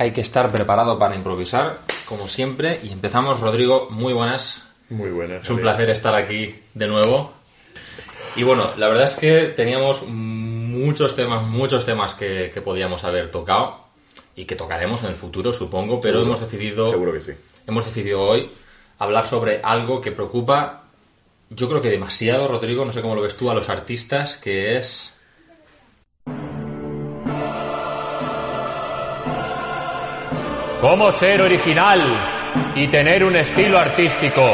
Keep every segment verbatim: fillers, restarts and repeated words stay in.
hay que estar preparado para improvisar, como siempre. Y empezamos, Rodrigo, muy buenas. Muy buenas. Es un placer estar aquí de nuevo. Y bueno, la verdad es que teníamos muchos temas, muchos temas que, que podíamos haber tocado y que tocaremos en el futuro, supongo, pero Seguro, hemos decidido, seguro que sí. Hemos decidido hoy hablar sobre algo que preocupa, yo creo que demasiado, Rodrigo, no sé cómo lo ves tú, a los artistas, que es... ¿Cómo ser original y tener un estilo artístico?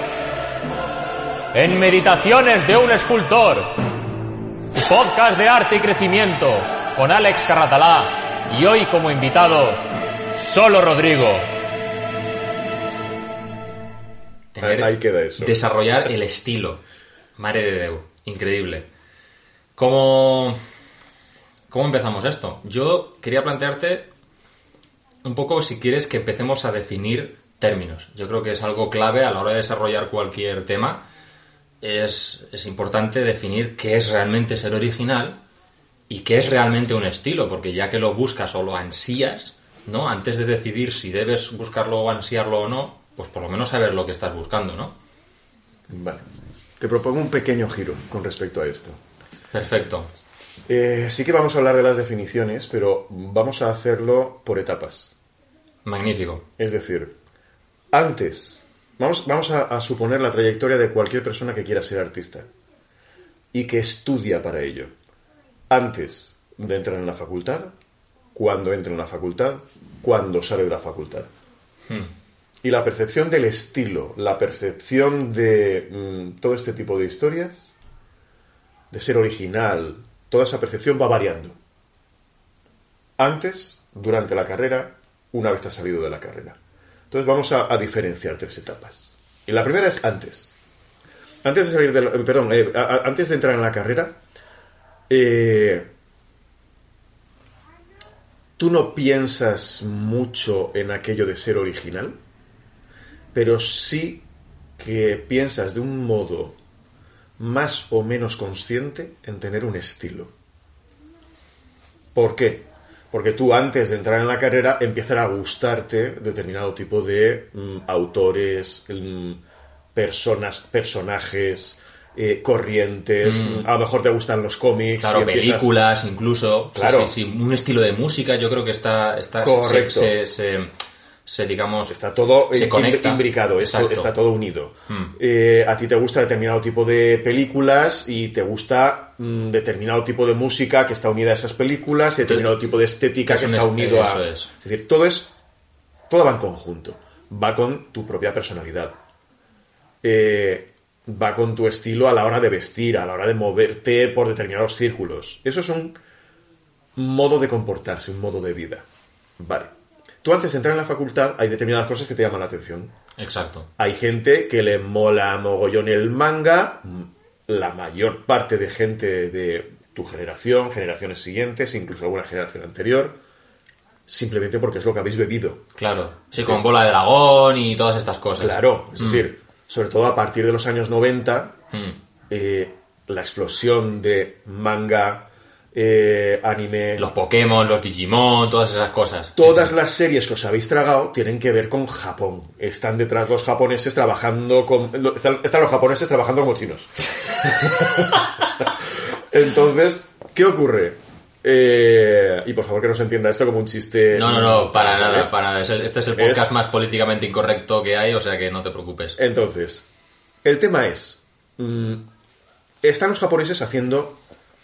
En Meditaciones de un escultor, podcast de arte y crecimiento con Alex Carratalá y hoy como invitado, solo Rodrigo. Tener, ahí queda eso. Desarrollar el estilo. Mare de Déu, increíble. ¿Cómo, ¿Cómo empezamos esto? Yo quería plantearte un poco, si quieres, que empecemos a definir términos. Yo creo que es algo clave a la hora de desarrollar cualquier tema. Es, es importante definir qué es realmente ser original y qué es realmente un estilo, porque ya que lo buscas o lo ansías, ¿no? Antes de decidir si debes buscarlo o ansiarlo o no, pues por lo menos saber lo que estás buscando, ¿no? Vale. Te propongo un pequeño giro con respecto a esto. Perfecto. Eh, sí que vamos a hablar de las definiciones, pero vamos a hacerlo por etapas. Magnífico. Es decir, antes... Vamos, vamos a, a suponer la trayectoria de cualquier persona que quiera ser artista y que estudia para ello. Antes de entrar en la facultad, cuando entra en la facultad, cuando sale de la facultad. Hmm. Y la percepción del estilo, la percepción de mmm, todo este tipo de historias, de ser original, toda esa percepción va variando. Antes, durante la carrera, una vez te has salido de la carrera. Entonces vamos a, a diferenciar tres etapas. Y la primera es antes. Antes de salir de la, perdón, eh, a, a, antes de entrar en la carrera, eh, tú no piensas mucho en aquello de ser original, pero sí que piensas de un modo más o menos consciente en tener un estilo. ¿Por qué? Porque tú antes de entrar en la carrera empiezan a gustarte determinado tipo de mm, autores, mm, personas, personajes, eh, corrientes. Mm. A lo mejor te gustan los cómics. Claro, y empiezas... películas incluso. Claro. Sí, sí, sí, un estilo de música, yo creo que está... está Correcto. Se, se, se, se, digamos... Está todo se conecta. imbricado, Exacto. Está todo unido. Mm. Eh, a ti te gusta determinado tipo de películas y te gusta mm, determinado tipo de música que está unida a esas películas, y determinado tipo de estética que, que está unido eso a... Es. es decir, todo es... Todo va en conjunto. Va con tu propia personalidad. Eh, va con tu estilo a la hora de vestir, a la hora de moverte por determinados círculos. Eso es un modo de comportarse, un modo de vida. Vale. Tú antes de entrar en la facultad hay determinadas cosas que te llaman la atención. Exacto. Hay gente que le mola mogollón el manga. La mayor parte de gente de tu generación, generaciones siguientes, incluso alguna generación anterior, simplemente porque es lo que habéis bebido. Claro. Sí, con Bola de Dragón y todas estas cosas. Claro. Es mm. decir, sobre todo a partir de los años noventa, mm. eh, la explosión de manga... Eh, anime, los Pokémon, los Digimon, todas esas cosas. Todas sí, las series que os habéis tragado tienen que ver con Japón. Están detrás los japoneses trabajando con... Están, están los japoneses trabajando como chinos. Entonces, ¿qué ocurre? Eh, y por favor que no se entienda esto como un chiste... No, no, no, para nada, ¿eh? para nada. Este es el podcast es... más políticamente incorrecto que hay, o sea que no te preocupes. Entonces, el tema es... Mmm, están los japoneses haciendo...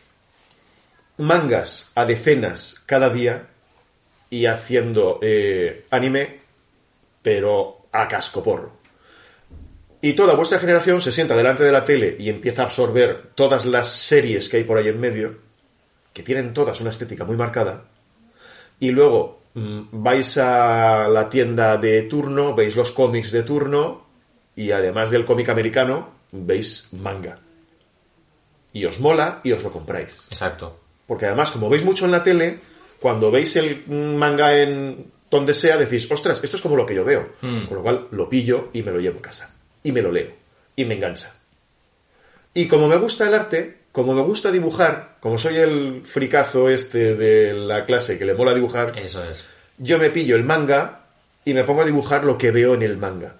mangas a decenas cada día y haciendo eh, anime, pero a cascoporro. Y toda vuestra generación se sienta delante de la tele y empieza a absorber todas las series que hay por ahí en medio, que tienen todas una estética muy marcada, y luego mmm, vais a la tienda de turno, veis los cómics de turno, y además del cómic americano, veis manga. Y os mola y os lo compráis. Exacto. Porque además, como veis mucho en la tele, cuando veis el manga en donde sea, decís, ostras, esto es como lo que yo veo. Mm. Con lo cual, lo pillo y me lo llevo a casa. Y me lo leo. Y me engancha. Y como me gusta el arte, como me gusta dibujar, como soy el fricazo este de la clase que le mola dibujar... Eso es. yo me pillo el manga y me pongo a dibujar lo que veo en el manga.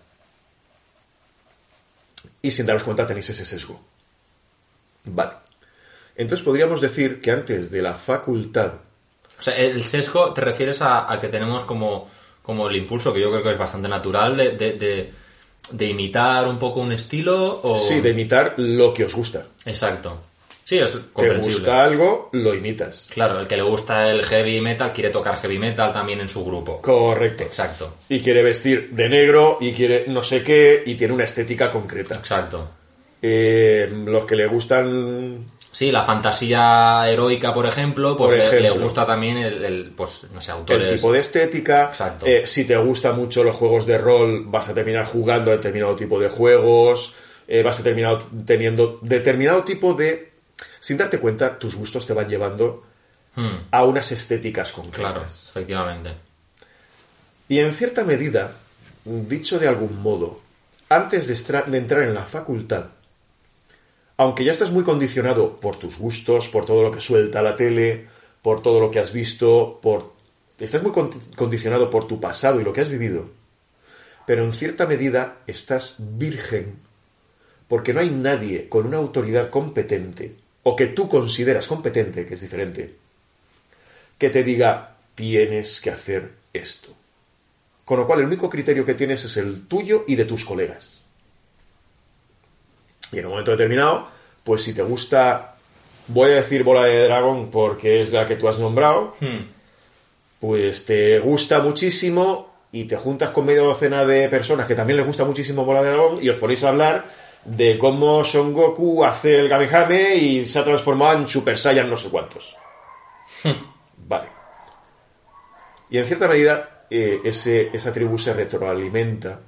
Y sin daros cuenta tenéis ese sesgo. Vale. Entonces podríamos decir que antes de la facultad... O sea, el sesgo te refieres a, a que tenemos como, como el impulso, que yo creo que es bastante natural, de, de, de, de imitar un poco un estilo o... Sí, de imitar lo que os gusta. Exacto. Sí, es Te comprensible. gusta algo, lo imitas. Claro, el que le gusta el heavy metal quiere tocar heavy metal también en su grupo. Correcto. Exacto. Y quiere vestir de negro y quiere no sé qué y tiene una estética concreta. Exacto. Eh, los que le gustan... Sí, la fantasía heroica, por ejemplo, pues Por le- ejemplo. le, gusta también el, el, pues, no sé, autores... El tipo de estética. Exacto. Eh, si te gustan mucho los juegos de rol, vas a terminar jugando a determinado tipo de juegos. Eh, vas a terminar teniendo determinado tipo de... Sin darte cuenta, tus gustos te van llevando Hmm, a unas estéticas concretas. claro, efectivamente. Y en cierta medida, dicho de algún modo, antes de, estra- de entrar en la facultad, aunque ya estás muy condicionado por tus gustos, por todo lo que suelta la tele, por todo lo que has visto, por estás muy con- condicionado por tu pasado y lo que has vivido, pero en cierta medida estás virgen, porque no hay nadie con una autoridad competente, o que tú consideras competente, que es diferente, que te diga, tienes que hacer esto. Con lo cual el único criterio que tienes es el tuyo y de tus colegas. Y en un momento determinado, pues si te gusta, voy a decir Bola de Dragón porque es la que tú has nombrado, Hmm, pues te gusta muchísimo y te juntas con media docena de personas que también les gusta muchísimo Bola de Dragón y os ponéis a hablar de cómo Son Goku hace el Gamehame y se ha transformado en Super Saiyan no sé cuántos. Vale. Y en cierta medida eh, ese, esa tribu se retroalimenta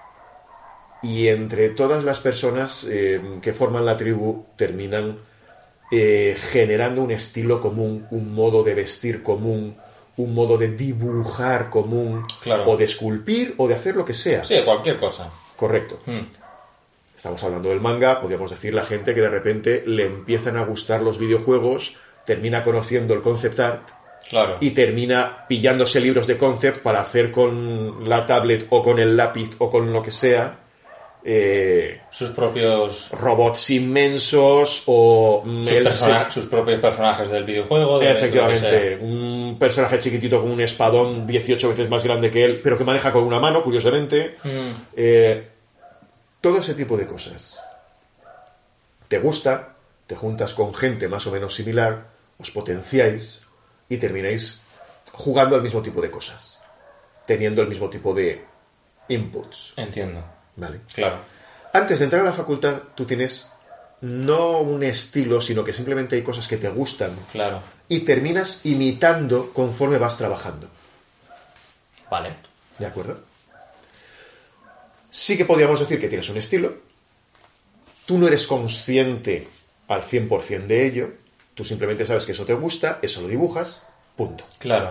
y entre todas las personas eh, que forman la tribu terminan eh, generando un estilo común, un modo de vestir común, un modo de dibujar común, Claro. o de esculpir o de hacer lo que sea. sí, cualquier cosa. Correcto. Hmm, Estamos hablando del manga, podríamos decir la gente que de repente le empiezan a gustar los videojuegos, termina conociendo el concept art claro. y termina pillándose libros de concept para hacer con la tablet o con el lápiz o con lo que sea eh, Sus propios... robots inmensos o mm, Sus, el- persona- sus propios personajes del videojuego. De, de lo que efectivamente sea. un personaje chiquitito con un espadón dieciocho veces más grande que él pero que maneja con una mano, curiosamente. Hmm, Eh, todo ese tipo de cosas. Te gusta, te juntas con gente más o menos similar, os potenciáis y termináis jugando al mismo tipo de cosas, teniendo el mismo tipo de inputs. entiendo. ¿Vale? Claro. Antes de entrar a la facultad, tú tienes no un estilo, sino que simplemente hay cosas que te gustan Claro. y terminas imitando conforme vas trabajando. Vale. ¿De acuerdo? Sí que podríamos decir que tienes un estilo. Tú no eres consciente al cien por ciento de ello. Tú simplemente sabes que eso te gusta, eso lo dibujas, punto. Claro.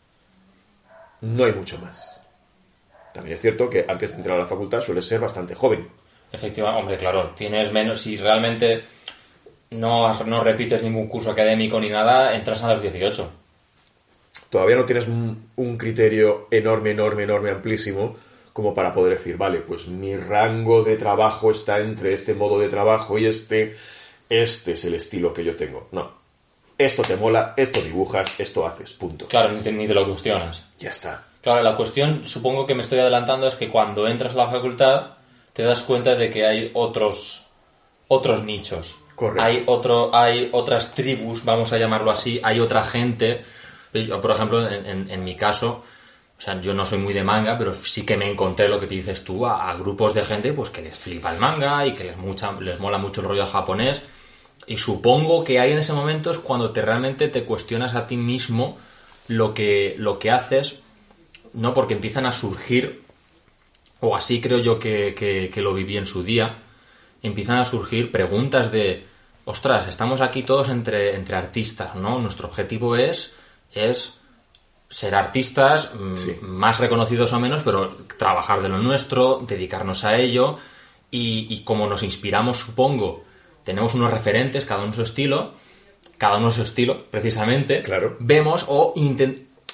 No hay mucho más. También es cierto que antes de entrar a la facultad sueles ser bastante joven. Efectivamente, hombre, claro. Tienes menos... Si realmente no, has- no repites ningún curso académico ni nada, entras a los dieciocho. Todavía no tienes un, un criterio enorme, enorme, enorme, amplísimo como para poder decir, vale, pues mi rango de trabajo está entre este modo de trabajo y este, este es el estilo que yo tengo. No. Esto te mola, esto dibujas, esto haces, punto. Claro, ni te, ni te lo cuestionas. Ya está. Claro, la cuestión, supongo que me estoy adelantando, es que cuando entras a la facultad te das cuenta de que hay otros otros nichos. Correcto. Hay otro, hay otras tribus, vamos a llamarlo así, hay otra gente. Yo, por ejemplo, en, en, en mi caso, o sea, yo no soy muy de manga, pero sí que me encontré lo que te dices tú a, a grupos de gente pues que les flipa el manga y que les, mucha, les mola mucho el rollo japonés. Y supongo que ahí en ese momento es cuando te realmente te cuestionas a ti mismo lo que, lo que haces, no porque empiezan a surgir, o así creo yo que, que, que lo viví en su día, empiezan a surgir preguntas de, ostras, estamos aquí todos entre, entre artistas, ¿no? Nuestro objetivo es, es ser artistas, Sí. m- más reconocidos o menos, pero trabajar de lo nuestro, dedicarnos a ello, y, y como nos inspiramos, supongo, tenemos unos referentes, cada uno su estilo, cada uno su estilo, precisamente, Claro. vemos o inten-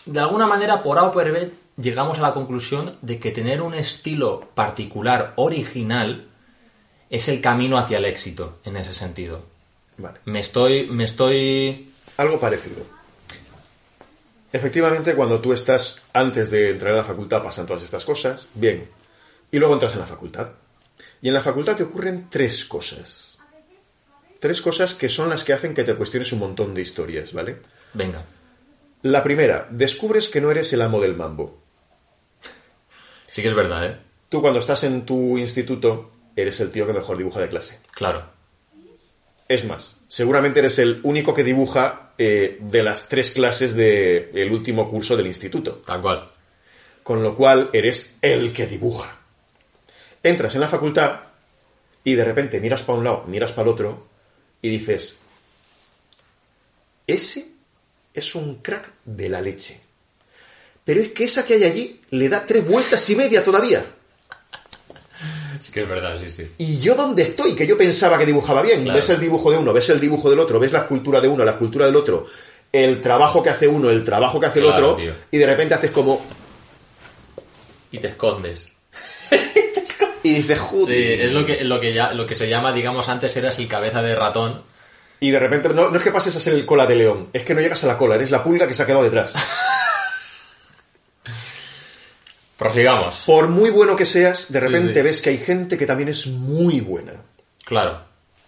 de alguna manera, por A o por B, llegamos a la conclusión de que tener un estilo particular, original, es el camino hacia el éxito, en ese sentido. Vale. Me estoy... Me estoy... Algo parecido. Efectivamente, cuando tú estás antes de entrar a la facultad pasan todas estas cosas, bien, y luego entras en la facultad. Y en la facultad te ocurren tres cosas. Tres cosas que son las que hacen que te cuestiones un montón de historias, ¿vale? Venga. La primera, descubres que no eres el amo del mambo. Sí que es verdad, ¿eh? Tú cuando estás en tu instituto eres el tío que mejor dibuja de clase. Claro. Es más, seguramente eres el único que dibuja eh, de las tres clases del último curso del instituto. Tal cual. Con lo cual eres el que dibuja. Entras en la facultad y de repente miras para un lado, miras para el otro y dices, ese es un crack de la leche. Pero es que esa que hay allí le da tres vueltas y media todavía. Sí que es verdad, sí, sí. ¿Y yo dónde estoy? Que yo pensaba que dibujaba bien. Claro. Ves el dibujo de uno, ves el dibujo del otro, ves la escultura de uno, la escultura del otro, el trabajo que hace uno, el trabajo que hace el Claro, otro, tío. y de repente haces como... Y te escondes. Y dices, joder. Sí, es lo que, lo que ya, lo que se llama, digamos, antes eras el cabeza de ratón. Y de repente, no, no es que pases a ser el cola de león, es que no llegas a la cola, eres la pulga que se ha quedado detrás. Prosigamos. Por muy bueno que seas, de repente Sí, sí. ves que hay gente que también es muy buena. Claro.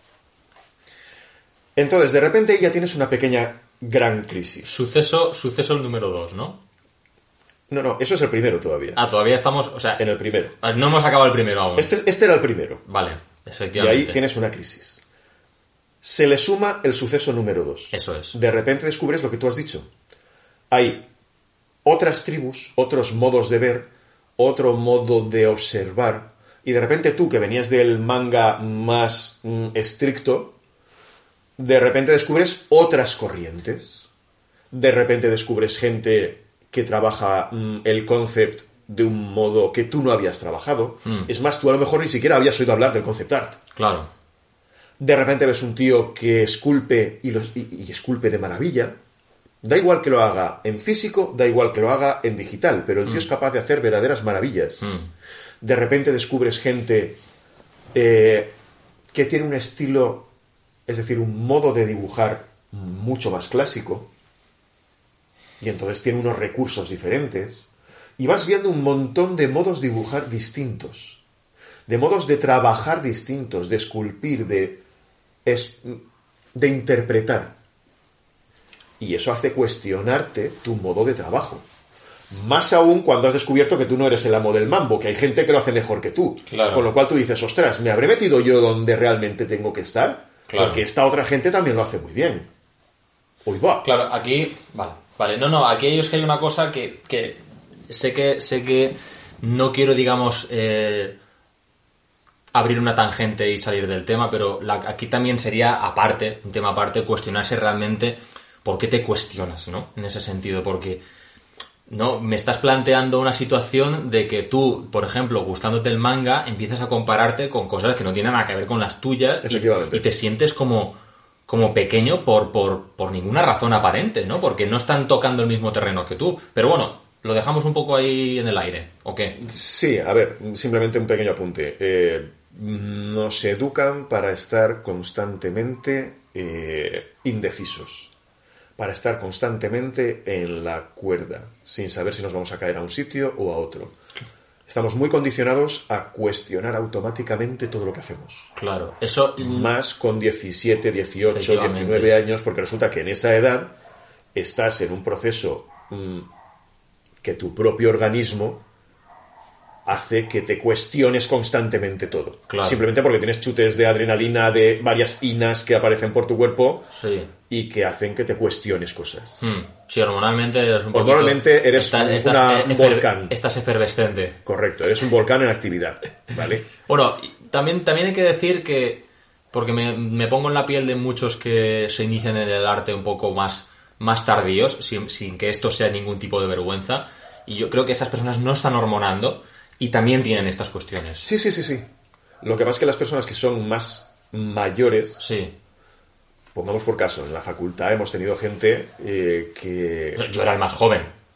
Entonces, de repente ya tienes una pequeña gran crisis. Suceso, suceso el número dos, ¿no? No, no, eso es el primero todavía. Ah, todavía estamos... O sea, En el primero. no hemos acabado el primero aún. Este, este era el primero. Vale, Y efectivamente. ahí tienes una crisis. Se le suma el suceso número dos. Eso es. De repente descubres lo que tú has dicho. Hay otras tribus, otros modos de ver, otro modo de observar. Y de repente tú, que venías del manga más mm, estricto, de repente descubres otras corrientes. De repente descubres gente que trabaja mm, el concept de un modo que tú no habías trabajado. Mm. Es más, tú a lo mejor ni siquiera habías oído hablar del concept art. Claro. De repente ves un tío que esculpe y, los, y, y esculpe de maravilla. Da igual que lo haga en físico, da igual que lo haga en digital, pero el tío Mm. es capaz de hacer verdaderas maravillas. Mm. De repente descubres gente eh, que tiene un estilo, es decir, un modo de dibujar mucho más clásico, y entonces tiene unos recursos diferentes, y vas viendo un montón de modos de dibujar distintos, de modos de trabajar distintos, de esculpir, de, es, de interpretar. Y eso hace cuestionarte tu modo de trabajo. Más aún cuando has descubierto que tú no eres el amo del mambo, que hay gente que lo hace mejor que tú. Claro. Con lo cual tú dices, ostras, ¿me habré metido yo donde realmente tengo que estar? Claro. Porque esta otra gente también lo hace muy bien. Uy, va. Claro, aquí... Vale, vale. No, no, aquí es que hay una cosa que, que sé que sé que no quiero, digamos, eh, abrir una tangente y salir del tema, pero la, aquí también sería aparte, un tema aparte, cuestionarse realmente por qué te cuestionas, ¿no? En ese sentido, porque no me estás planteando una situación de que tú, por ejemplo, gustándote el manga, empiezas a compararte con cosas que no tienen nada que ver con las tuyas y, Efectivamente. y te sientes como, como pequeño por, por, por ninguna razón aparente, ¿no? Porque no están tocando el mismo terreno que tú. Pero bueno, lo dejamos un poco ahí en el aire, ¿o qué? Sí, a ver, simplemente un pequeño apunte. Eh, nos educan para estar constantemente eh, indecisos, para estar constantemente en la cuerda, sin saber si nos vamos a caer a un sitio o a otro. Estamos muy condicionados a cuestionar automáticamente todo lo que hacemos. Claro, eso... Más con diecisiete, dieciocho, Efectivamente. diecinueve años, porque resulta que en esa edad estás en un proceso mmm, que tu propio organismo hace que te cuestiones constantemente todo. Claro. Simplemente porque tienes chutes de adrenalina de varias inas que aparecen por tu cuerpo Sí. y que hacen que te cuestiones cosas. Hmm. Sí, hormonalmente eres un poquito... Hormonalmente eres un- una- eh, un efer- volcán. Estás efervescente. Correcto, eres un volcán en actividad, ¿vale? Bueno, y también, también hay que decir que, porque me, me pongo en la piel de muchos que se inician en el arte un poco más, más tardíos, sin, sin que esto sea ningún tipo de vergüenza, y yo creo que esas personas no están hormonando y también tienen estas cuestiones. Sí, sí, sí, sí. Lo que pasa es que las personas que son más mayores, Sí. pongamos por caso, en la facultad hemos tenido gente eh, que... Yo era el más joven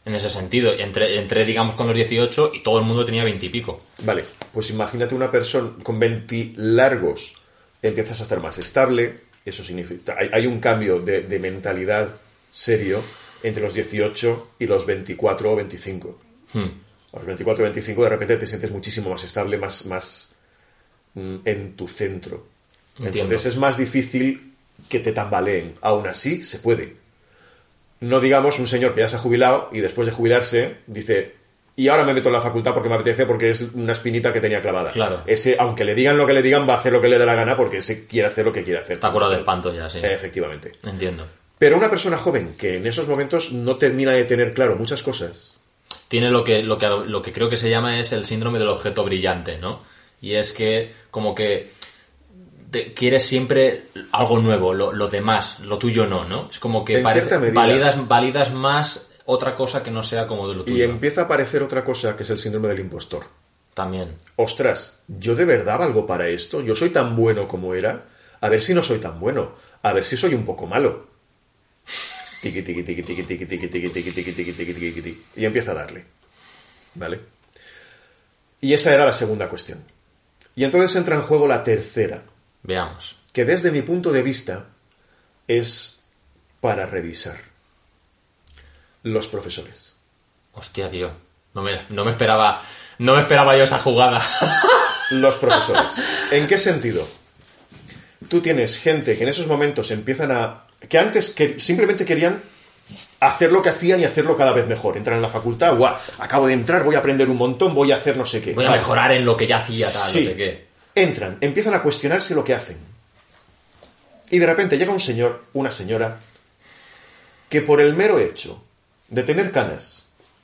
en ese sentido. Entré, entré, digamos, con los dieciocho y todo el mundo tenía veinte y pico. Vale, pues imagínate una persona con veinte largos, empiezas a estar más estable, eso significa... Hay, hay un cambio de, de mentalidad serio entre los dieciocho y los veinticuatro o veinticinco. Hmm. A los veinticuatro o veinticinco de repente te sientes muchísimo más estable, más, más mm, en tu centro. Entiendo. Entonces es más difícil que te tambaleen. Aún así, se puede. No digamos un señor que ya se ha jubilado y después de jubilarse dice, y ahora me meto en la facultad porque me apetece, porque es una espinita que tenía clavada. Claro. Ese, aunque le digan lo que le digan, va a hacer lo que le dé la gana porque ese quiere hacer lo que quiere hacer. Está curado de espanto ya, sí. Eh, efectivamente. Entiendo. Pero una persona joven que en esos momentos no termina de tener claro muchas cosas... Tiene lo que, lo que, lo que creo que se llama es el síndrome del objeto brillante, ¿no? Y es que como que te, quieres siempre algo nuevo, lo, lo demás, lo tuyo no, ¿no? Es como que En parece, cierta medida. validas, validas más otra cosa que no sea como de lo tuyo. Y empieza a aparecer otra cosa que es el síndrome del impostor. También. Ostras, ¿yo de verdad valgo para esto? ¿Yo soy tan bueno como era? A ver si no soy tan bueno. A ver si soy un poco malo. Tiki, tiki, tiki, tiki, tiki, tiki, tiki, tiki, tiki, tiki, tiki, tiki, tiki. Y empieza a darle. ¿Vale? Y esa era la segunda cuestión. Y entonces entra en juego la tercera. Veamos. Que desde mi punto de vista es para revisar. Los profesores. Hostia, tío. No me, no me esperaba. No me esperaba yo esa jugada. Los profesores. ¿En qué sentido? Tú tienes gente que en esos momentos empiezan a... que antes que simplemente querían hacer lo que hacían y hacerlo cada vez mejor. Entran en la facultad, guau, acabo de entrar, voy a aprender un montón, voy a hacer no sé qué. Voy a vale. mejorar en lo que ya hacía, tal, Sí. no sé qué. Entran, empiezan a cuestionarse lo que hacen. Y de repente llega un señor, una señora, que por el mero hecho de tener canas,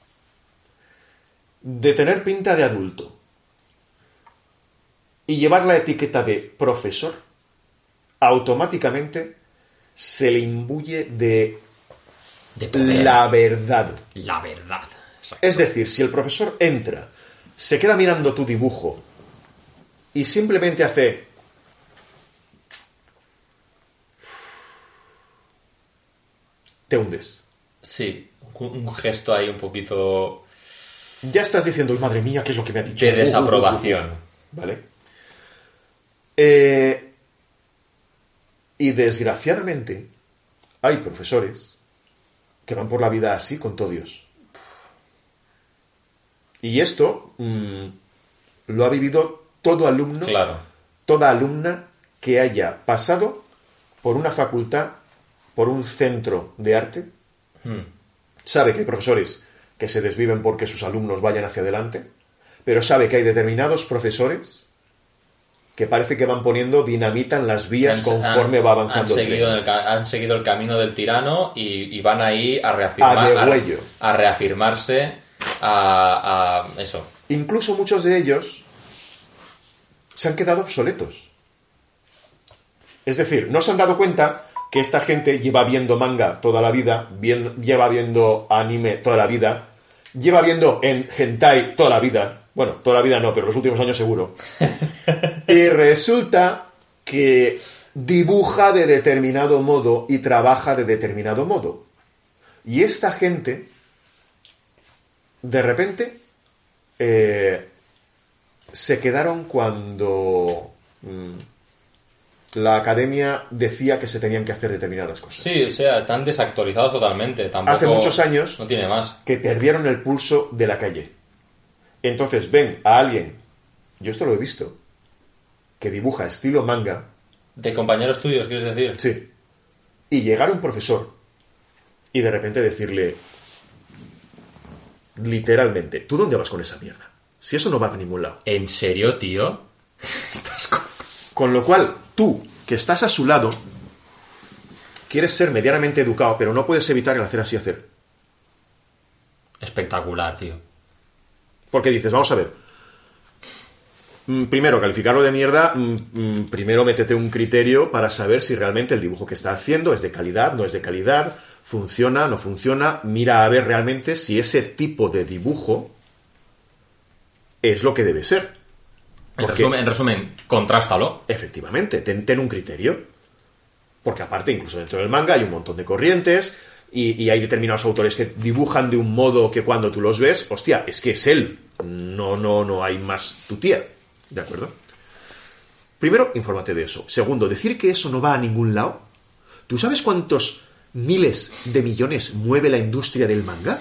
de tener pinta de adulto y llevar la etiqueta de profesor, automáticamente se le imbuye de, De poder. la verdad. La verdad. Exacto. Es decir, si el profesor entra, se queda mirando tu dibujo y simplemente hace... te hundes. Sí, un, un gesto ahí un poquito Ya estás diciendo, "Uy, madre mía, ¿qué es lo que me ha dicho?" de desaprobación. ¿Vale? Eh, y desgraciadamente hay profesores que van por la vida así con todo Dios. Y esto mmm, lo ha vivido todo alumno, Claro. toda alumna que haya pasado por una facultad, por un centro de arte. Hmm. Sabe que hay profesores que se desviven porque sus alumnos vayan hacia adelante, pero sabe que hay determinados profesores que parece que van poniendo dinamita en las vías Han- conforme han- va avanzando han el seguido, tren. el ca- han seguido el camino del tirano y, y van ahí a reafirmar A degüello. a, a reafirmarse a, a eso. Incluso muchos de ellos se han quedado obsoletos. Es decir, no se han dado cuenta que esta gente lleva viendo manga toda la vida, bien- lleva viendo anime toda la vida, lleva viendo en hentai toda la vida. Bueno, toda la vida no, pero los últimos años seguro. Y resulta que dibuja de determinado modo y trabaja de determinado modo. Y esta gente, de repente, eh, se quedaron cuando mm, la academia decía que se tenían que hacer determinadas cosas. Sí, o sea, están desactualizados totalmente. Tampoco, Hace muchos años no tiene más. que perdieron el pulso de la calle. Entonces ven a alguien, yo esto lo he visto, que dibuja estilo manga, De compañeros tuyos, ¿quieres decir? sí, y llegar un profesor y de repente decirle literalmente, ¿tú dónde vas con esa mierda? Si eso no va a ningún lado. ¿En serio, tío? Estás con- Con lo cual, tú, que estás a su lado, quieres ser medianamente educado, pero no puedes evitar el hacer así hacer. Espectacular, tío. Porque dices, vamos a ver, mm, primero, calificarlo de mierda, mm, mm, primero métete un criterio para saber si realmente el dibujo que está haciendo es de calidad, no es de calidad, funciona, no funciona, mira a ver realmente si ese tipo de dibujo es lo que debe ser. En Porque- resumen, en resumen, contrástalo. Efectivamente, ten, ten un criterio. Porque aparte, incluso dentro del manga hay un montón de corrientes Y, y hay determinados autores que dibujan de un modo que cuando tú los ves, hostia, es que es él. No, no, no hay más tu tía. ¿De acuerdo? Primero, infórmate de eso. Segundo, decir que eso no va a ningún lado. ¿Tú sabes cuántos miles de millones mueve la industria del manga?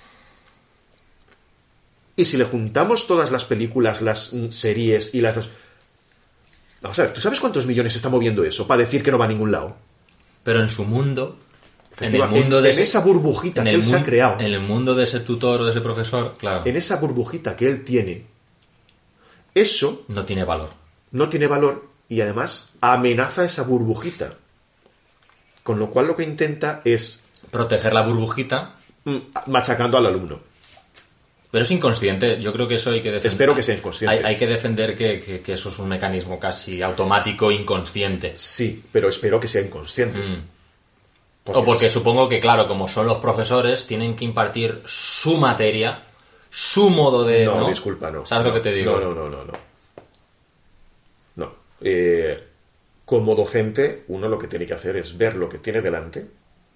Y si le juntamos todas las películas, las series y las dos... Vamos a ver, ¿tú sabes cuántos millones está moviendo eso para decir que no va a ningún lado? Pero en su mundo, en el mundo en, de en ese, esa burbujita que él se ha creado, en el mundo de ese tutor o de ese profesor, claro, en esa burbujita que él tiene, eso no tiene valor. No tiene valor y además amenaza esa burbujita. Con lo cual lo que intenta es proteger la burbujita, machacando al alumno. Pero es inconsciente, yo creo que eso hay que defender. Espero que sea inconsciente. Hay, hay que defender que, que, que eso es un mecanismo casi automático, inconsciente. Sí, pero espero que sea inconsciente. Mm. Porque o porque es... supongo que, claro, como son los profesores, tienen que impartir su materia, su modo de... No, No, disculpa, no. ¿Sabes no, lo que te digo? No, no, no, no. No. no. Eh, como docente, uno lo que tiene que hacer es ver lo que tiene delante,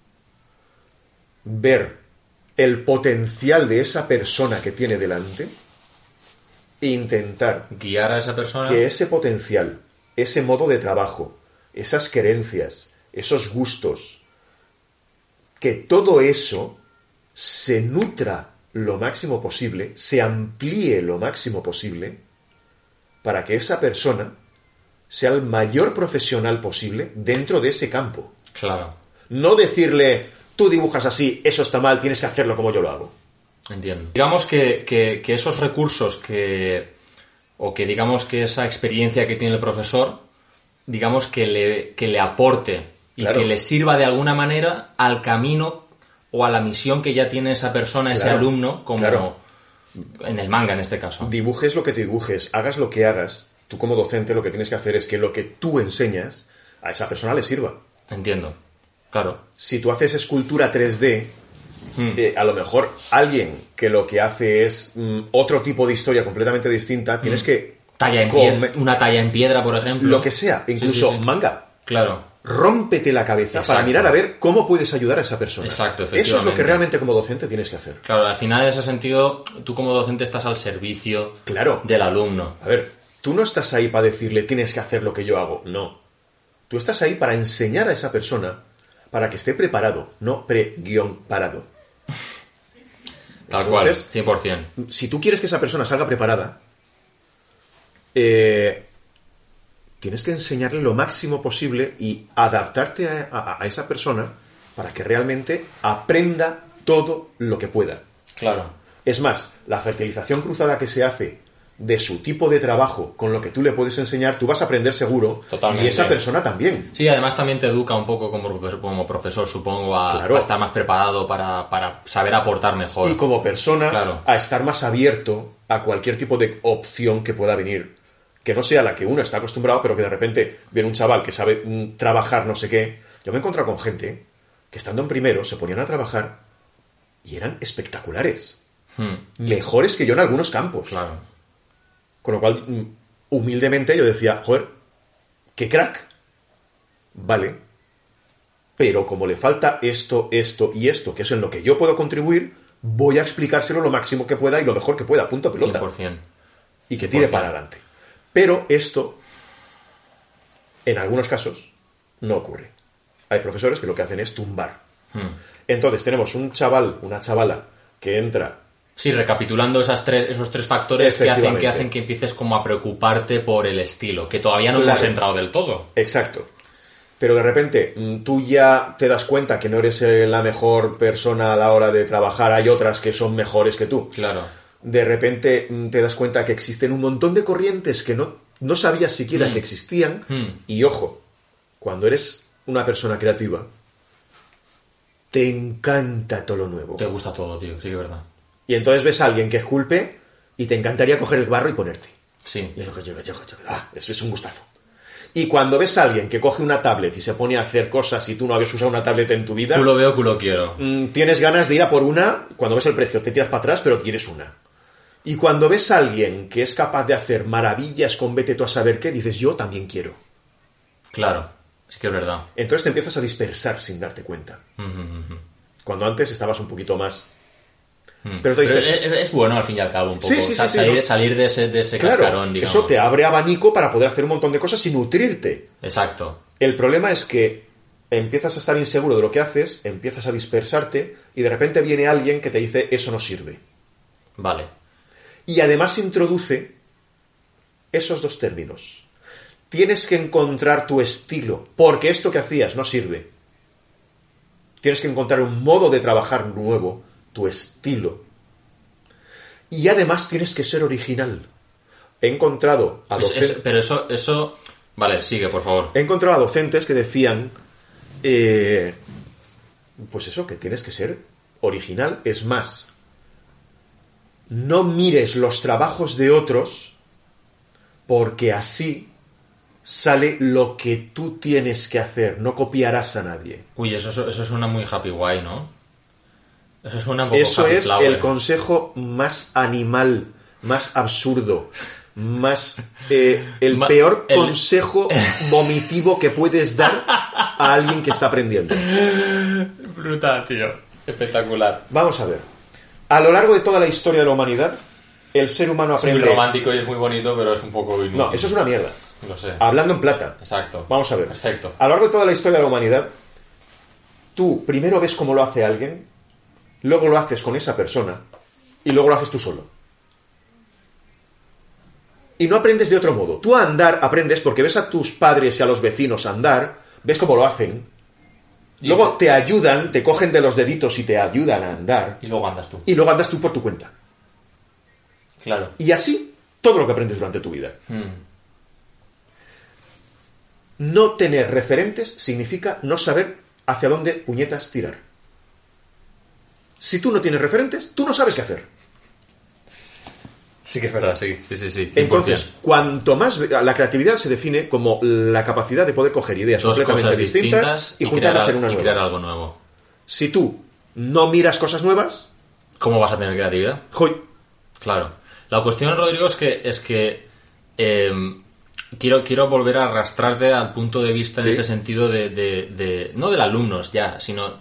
ver el potencial de esa persona que tiene delante e intentar guiar a esa persona. Que ese potencial, ese modo de trabajo, esas creencias, esos gustos, que todo eso se nutra lo máximo posible, se amplíe lo máximo posible, para que esa persona sea el mayor profesional posible dentro de ese campo. Claro. No decirle, tú dibujas así, eso está mal, tienes que hacerlo como yo lo hago. Entiendo. Digamos que, que, que esos recursos que... o que digamos que esa experiencia que tiene el profesor, digamos que le, que le aporte y claro. que le sirva de alguna manera al camino o a la misión que ya tiene esa persona, ese claro. alumno, como claro. en el manga en este caso. Dibujes lo que te dibujes, hagas lo que hagas, tú como docente lo que tienes que hacer es que lo que tú enseñas a esa persona le sirva. Entiendo. Claro. Si tú haces escultura tres D, mm. eh, a lo mejor alguien que lo que hace es mm, otro tipo de historia completamente distinta, tienes mm. que... Talla en piedra, una talla en piedra, por ejemplo. Lo que sea, incluso sí, sí, sí. manga. Claro. Rómpete la cabeza Exacto. para mirar a ver cómo puedes ayudar a esa persona. Exacto, efectivamente. Eso es lo que realmente como docente tienes que hacer. Claro, al final, en ese sentido, tú como docente estás al servicio claro. del alumno. A ver, tú no estás ahí para decirle tienes que hacer lo que yo hago. No. Tú estás ahí para enseñar a esa persona para que esté preparado, no pre-parado. Tal cual, cien por ciento. Si tú quieres que esa persona salga preparada, eh, tienes que enseñarle lo máximo posible y adaptarte a, a, a esa persona para que realmente aprenda todo lo que pueda. Claro. Es más, la fertilización cruzada que se hace de su tipo de trabajo con lo que tú le puedes enseñar, tú vas a aprender seguro. Totalmente. Y esa persona también. Sí, además también te educa un poco como profesor, como profesor supongo, a, claro. a estar más preparado para, para saber aportar mejor. Y como persona, claro. a estar más abierto a cualquier tipo de opción que pueda venir. Que no sea la que uno está acostumbrado, pero que de repente viene un chaval que sabe mm, trabajar no sé qué. Yo me he encontrado con gente que estando en primero se ponían a trabajar y eran espectaculares. Hmm. Mejores que yo en algunos campos. Claro. Con lo cual, humildemente yo decía, joder, qué crack. Vale. Pero como le falta esto, esto y esto, que es en lo que yo puedo contribuir, voy a explicárselo lo máximo que pueda y lo mejor que pueda. Punto pelota. cien por ciento. Y que tire para adelante. Pero esto, en algunos casos, no ocurre. Hay profesores que lo que hacen es tumbar. Hmm. Entonces tenemos un chaval, una chavala, que entra... Sí, recapitulando esas tres, esos tres factores que hacen, que hacen que empieces como a preocuparte por el estilo, que todavía no claro. hemos entrado del todo. Exacto. Pero de repente tú ya te das cuenta que no eres la mejor persona a la hora de trabajar, hay otras que son mejores que tú. Claro. De repente te das cuenta que existen un montón de corrientes que no, no sabías siquiera mm. que existían. Mm. Y ojo, cuando eres una persona creativa, te encanta todo lo nuevo. Te gusta todo, tío, sí, es verdad. Y entonces ves a alguien que esculpe y te encantaría coger el barro y ponerte. Sí. Y yo, yo, yo, yo, ah, eso es un gustazo. Y cuando ves a alguien que coge una tablet y se pone a hacer cosas y tú no habías usado una tablet en tu vida... Culo veo, culo quiero. Mmm, tienes ganas de ir a por una, cuando ves el precio te tiras para atrás, pero quieres una. Y cuando ves a alguien que es capaz de hacer maravillas con vete tú a saber qué, dices, yo también quiero. Claro, sí que es verdad. Entonces te empiezas a dispersar sin darte cuenta. Mm-hmm. Cuando antes estabas un poquito más... Mm. Pero, te Pero dices, es, es bueno al fin y al cabo un poco. Sí, sí, O sea, sí, sí, salir, ¿no? salir de ese, de ese claro, cascarón, digamos. eso te abre abanico para poder hacer un montón de cosas y nutrirte. Exacto. El problema es que empiezas a estar inseguro de lo que haces, empiezas a dispersarte y de repente viene alguien que te dice eso no sirve. Vale. Y además introduce esos dos términos. Tienes que encontrar tu estilo, porque esto que hacías no sirve. Tienes que encontrar un modo de trabajar nuevo, tu estilo. Y además tienes que ser original. He encontrado a Es- docentes... es- pero eso, eso... Vale, sigue, por favor. He encontrado a docentes que decían, eh, pues eso, que tienes que ser original. Es más, no mires los trabajos de otros porque así sale lo que tú tienes que hacer. No copiarás a nadie. Uy, eso, eso eso suena muy happy guay, ¿no? Eso suena un poco Eso happy es flower. el consejo más animal, más absurdo, más eh, el Ma- peor el- consejo vomitivo que puedes dar a alguien que está aprendiendo. Brutal, tío. Espectacular. Vamos a ver. A lo largo de toda la historia de la humanidad, el ser humano Es muy aprende... romántico y es muy bonito, pero es un poco inútil. No, eso es una mierda. Lo sé. Hablando en plata. Exacto. Vamos a ver. Perfecto. A lo largo de toda la historia de la humanidad, tú primero ves cómo lo hace alguien, luego lo haces con esa persona y luego lo haces tú solo. Y no aprendes de otro modo. Tú a andar aprendes porque ves a tus padres y a los vecinos andar, ves cómo lo hacen, Y- luego te ayudan, te cogen de los deditos y te ayudan a andar, Y luego andas tú. y luego andas tú por tu cuenta. Claro. Y así, todo lo que aprendes durante tu vida. Mm. No tener referentes significa no saber hacia dónde puñetas tirar. Si tú no tienes referentes, tú no sabes qué hacer. Sí que es verdad, sí. Sí, sí, sí. cien por ciento. Entonces, cuanto más... La creatividad se define como la capacidad de poder coger ideas Dos completamente cosas distintas, distintas y y, juntarlas crear, en una y nueva. crear algo nuevo. Si tú no miras cosas nuevas, ¿Cómo vas a tener creatividad? ¡joy! Claro. La cuestión, Rodrigo, es que es que eh, quiero, quiero volver a arrastrarte al punto de vista en Sí. ese sentido de, de, de- no del alumnos ya, sino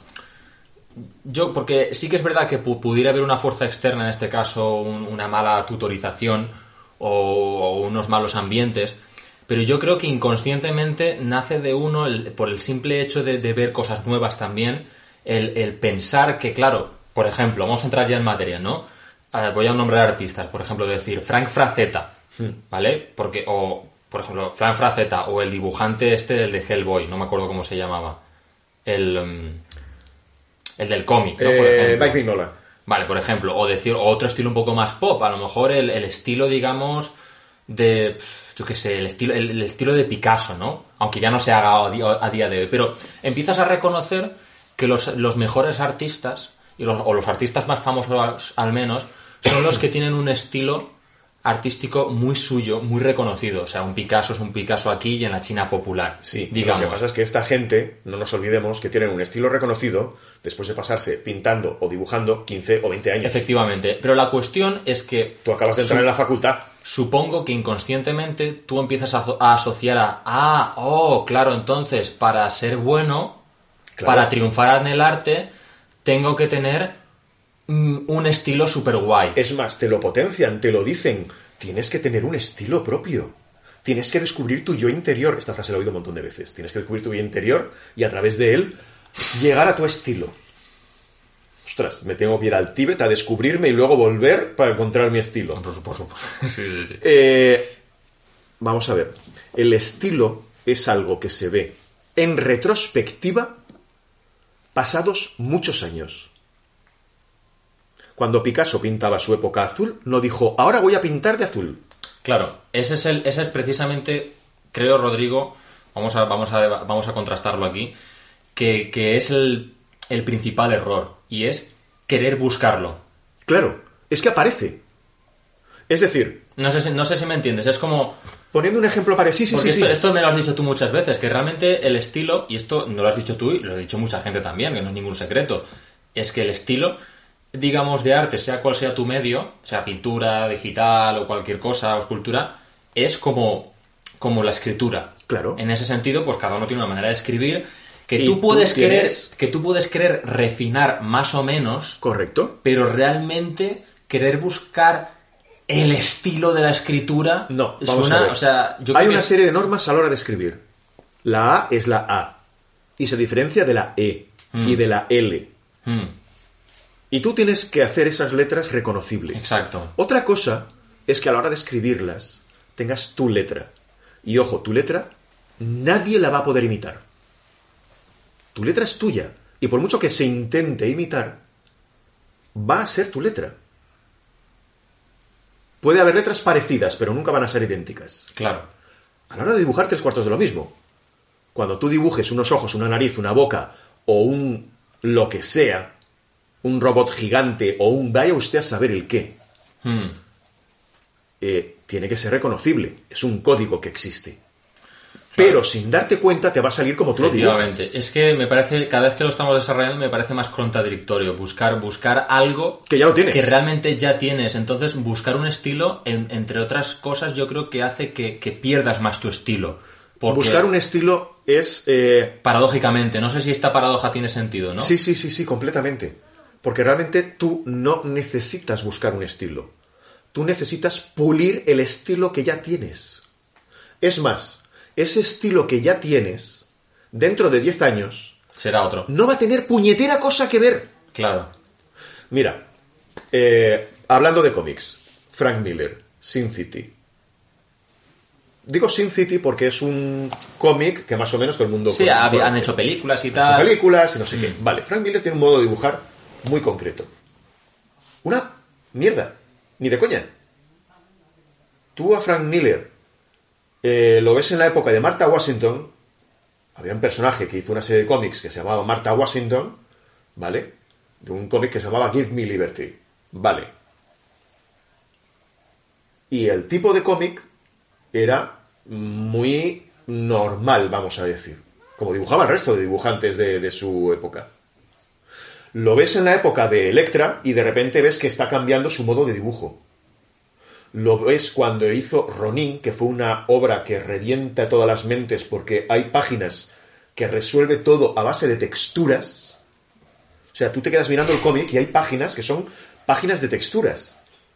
yo, porque sí que es verdad que pu- pudiera haber una fuerza externa, en este caso un- una mala tutorización o, o unos malos ambientes, pero yo creo que inconscientemente nace de uno, el- por el simple hecho de, de ver cosas nuevas también, el, el pensar que, claro, por ejemplo, vamos a entrar ya en materia, ¿no? Eh, voy a nombrar artistas, por ejemplo, decir Frank Frazetta, ¿vale? Porque, o, por ejemplo, Frank Frazetta o el dibujante este, el de Hellboy, no me acuerdo cómo se llamaba, el, mm, el del cómic, ¿no? Por Eh, ejemplo. Mike Mignola. Vale, por ejemplo, o decir o otro estilo un poco más pop, a lo mejor el, el estilo, digamos, de, pf, yo qué sé, el estilo, el, el estilo de Picasso, ¿no? Aunque ya no se haga a día, a día de hoy, pero empiezas a reconocer que los, los mejores artistas, y los, o los artistas más famosos al menos, son los que tienen un estilo artístico muy suyo, muy reconocido. O sea, un Picasso es un Picasso aquí y en la China popular, Sí, digamos. lo que pasa es que esta gente, no nos olvidemos, que tienen un estilo reconocido después de pasarse pintando o dibujando quince o veinte años. Efectivamente, pero la cuestión es que Tú acabas de entrar su- en la facultad. Supongo que inconscientemente tú empiezas a, aso- a asociar a, ah, oh, claro, entonces para ser bueno, Claro. para triunfar en el arte, tengo que tener mm, un estilo super guay. Es más, te lo potencian, te lo dicen. Tienes que tener un estilo propio. Tienes que descubrir tu yo interior. Esta frase la he oído un montón de veces. Tienes que descubrir tu yo interior y a través de él llegar a tu estilo. Ostras, me tengo que ir al Tíbet a descubrirme y luego volver para encontrar mi estilo. Por supuesto. Sí, sí, sí. Eh, vamos a ver. El estilo es algo que se ve en retrospectiva pasados muchos años. Cuando Picasso pintaba su época azul, no dijo, ahora voy a pintar de azul. Claro, ese es el, ese es precisamente, creo, Rodrigo, vamos a, vamos a, vamos a contrastarlo aquí, que, que es el, el principal error, y es querer buscarlo. Claro, es que aparece. Es decir, No sé si, no sé si me entiendes, es como... poniendo un ejemplo parecido, sí, sí, Porque sí, esto, sí. esto me lo has dicho tú muchas veces, que realmente el estilo, y esto no lo has dicho tú y lo ha dicho mucha gente también, que no es ningún secreto, es que el estilo, digamos, de arte, sea cual sea tu medio, sea pintura, digital o cualquier cosa, o escultura, es como, como la escritura. Claro. En ese sentido, pues cada uno tiene una manera de escribir que Y tú puedes tú tienes- querer, que tú puedes querer refinar más o menos, Correcto. pero realmente querer buscar el estilo de la escritura No, vamos suena, a ver. o sea, yo Hay creo una que es- serie de normas a la hora de escribir. La A es la A. Y se diferencia de la E Mm. y de la L. Mm, Y tú tienes que hacer esas letras reconocibles. exacto. Otra cosa es que a la hora de escribirlas tengas tu letra. Y ojo, tu letra nadie la va a poder imitar. Tu letra es tuya. Y por mucho que se intente imitar, va a ser tu letra. Puede haber letras parecidas, pero nunca van a ser idénticas. Claro. A la hora de dibujar tres cuartos de lo mismo. Cuando tú dibujes unos ojos, una nariz, una boca o un lo que sea, un robot gigante o un vaya usted a saber el qué, Mm. eh, tiene que ser reconocible. Es un código que existe. Pero sin darte cuenta te va a salir como tú lo Efectivamente. dibujas. Es que me parece, cada vez que lo estamos desarrollando, me parece más contradictorio. Buscar, buscar algo Que ya lo tienes. que realmente ya tienes. Entonces, buscar un estilo, en- entre otras cosas, yo creo que hace que, que pierdas más tu estilo. Porque, Buscar un estilo es... eh, paradójicamente, no sé si esta paradoja tiene sentido, ¿no? Sí, sí, sí, sí, completamente. Porque realmente tú no necesitas buscar un estilo. Tú necesitas pulir el estilo que ya tienes. Es más, ese estilo que ya tienes, dentro de diez años, Será otro. no va a tener puñetera cosa que ver. Claro. Mira, eh, hablando de cómics, Frank Miller, Sin City. Digo Sin City porque es un cómic que más o menos todo el mundo Sí, conoce. hab- han hecho películas y Han hecho tal. películas y no sé qué. Vale, Frank Miller tiene un modo de dibujar muy concreto. Una mierda. Ni de coña. Tú a Frank Miller eh, lo ves en la época de Martha Washington. Había un personaje que hizo una serie de cómics que se llamaba Martha Washington, ¿vale? De un cómic que se llamaba Give Me Liberty. Vale. Y el tipo de cómic era muy normal, vamos a decir. Como dibujaba el resto de dibujantes de, de su época. Lo ves en la época de Elektra y de repente ves que está cambiando su modo de dibujo. Lo ves cuando hizo Ronin, que fue una obra que revienta todas las mentes porque hay páginas que resuelve todo a base de texturas. O sea, tú te quedas mirando el cómic y hay páginas que son páginas de texturas.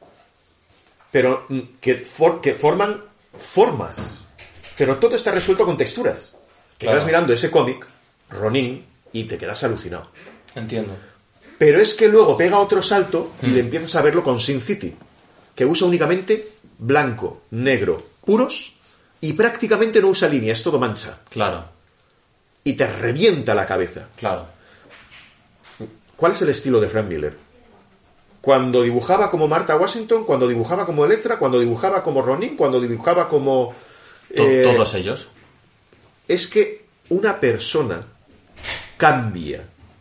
Pero mm, que, for- que forman formas. Pero todo está resuelto con texturas. Te Claro. quedas mirando ese cómic, Ronin, y te quedas alucinado. Entiendo. Pero es que luego pega otro salto y Mm. le empiezas a verlo con Sin City, que usa únicamente blanco, negro, puros, y prácticamente no usa línea, es todo mancha. Claro, Y te revienta la cabeza. claro. ¿Cuál es el estilo de Frank Miller? Cuando dibujaba como Martha Washington, cuando dibujaba como Elektra, cuando dibujaba como Ronin, cuando dibujaba como... To- eh, Todos ellos. Es que una persona cambia,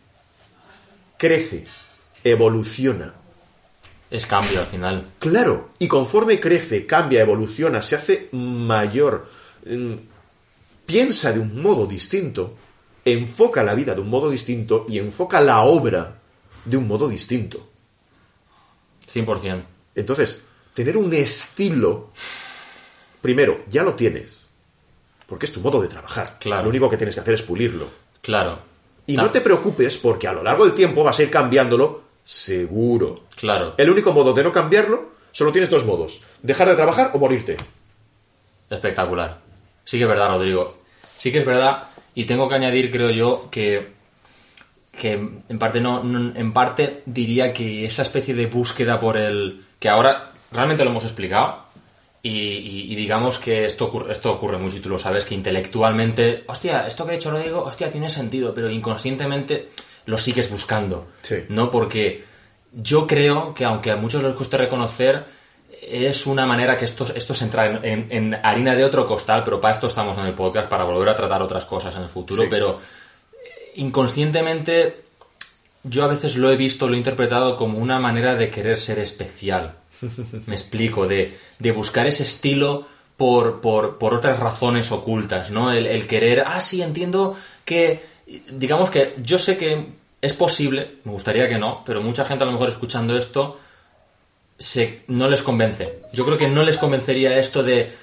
crece, evoluciona. Es cambio al final. Claro, y conforme crece, cambia, evoluciona, se hace mayor, mm, piensa de un modo distinto, enfoca la vida de un modo distinto y enfoca la obra de un modo distinto. cien por ciento. Entonces, tener un estilo, primero, ya lo tienes, porque es tu modo de trabajar. Claro. Lo único que tienes que hacer es pulirlo. Claro. Y Ah, no te preocupes porque a lo largo del tiempo vas a ir cambiándolo seguro. Claro. El único modo de no cambiarlo, solo tienes dos modos. Dejar de trabajar o morirte. Espectacular. Sí que es verdad, Rodrigo. Sí que es verdad. Y tengo que añadir, creo yo, que, que en parte no, no- en parte diría que esa especie de búsqueda por el... que ahora realmente lo hemos explicado. Y, y- y digamos que esto ocurre, esto ocurre mucho y tú lo sabes, que intelectualmente, hostia, esto que he hecho lo digo, hostia, tiene sentido, pero inconscientemente lo sigues buscando. Sí. ¿No? Porque yo creo que aunque a muchos les cueste reconocer, es una manera que esto, esto es entrar en, en- en harina de otro costal, pero para esto estamos en el podcast, para volver a tratar otras cosas en el futuro, Sí. pero eh, inconscientemente yo a veces lo he visto, lo he interpretado como una manera de querer ser especial. Me explico, de, de buscar ese estilo por, por, por otras razones ocultas, ¿no? El, el querer, ah, sí, entiendo que, digamos que yo sé que es posible, me gustaría que no, pero mucha gente a lo mejor escuchando esto se, no les convence. Yo creo que no les convencería esto de,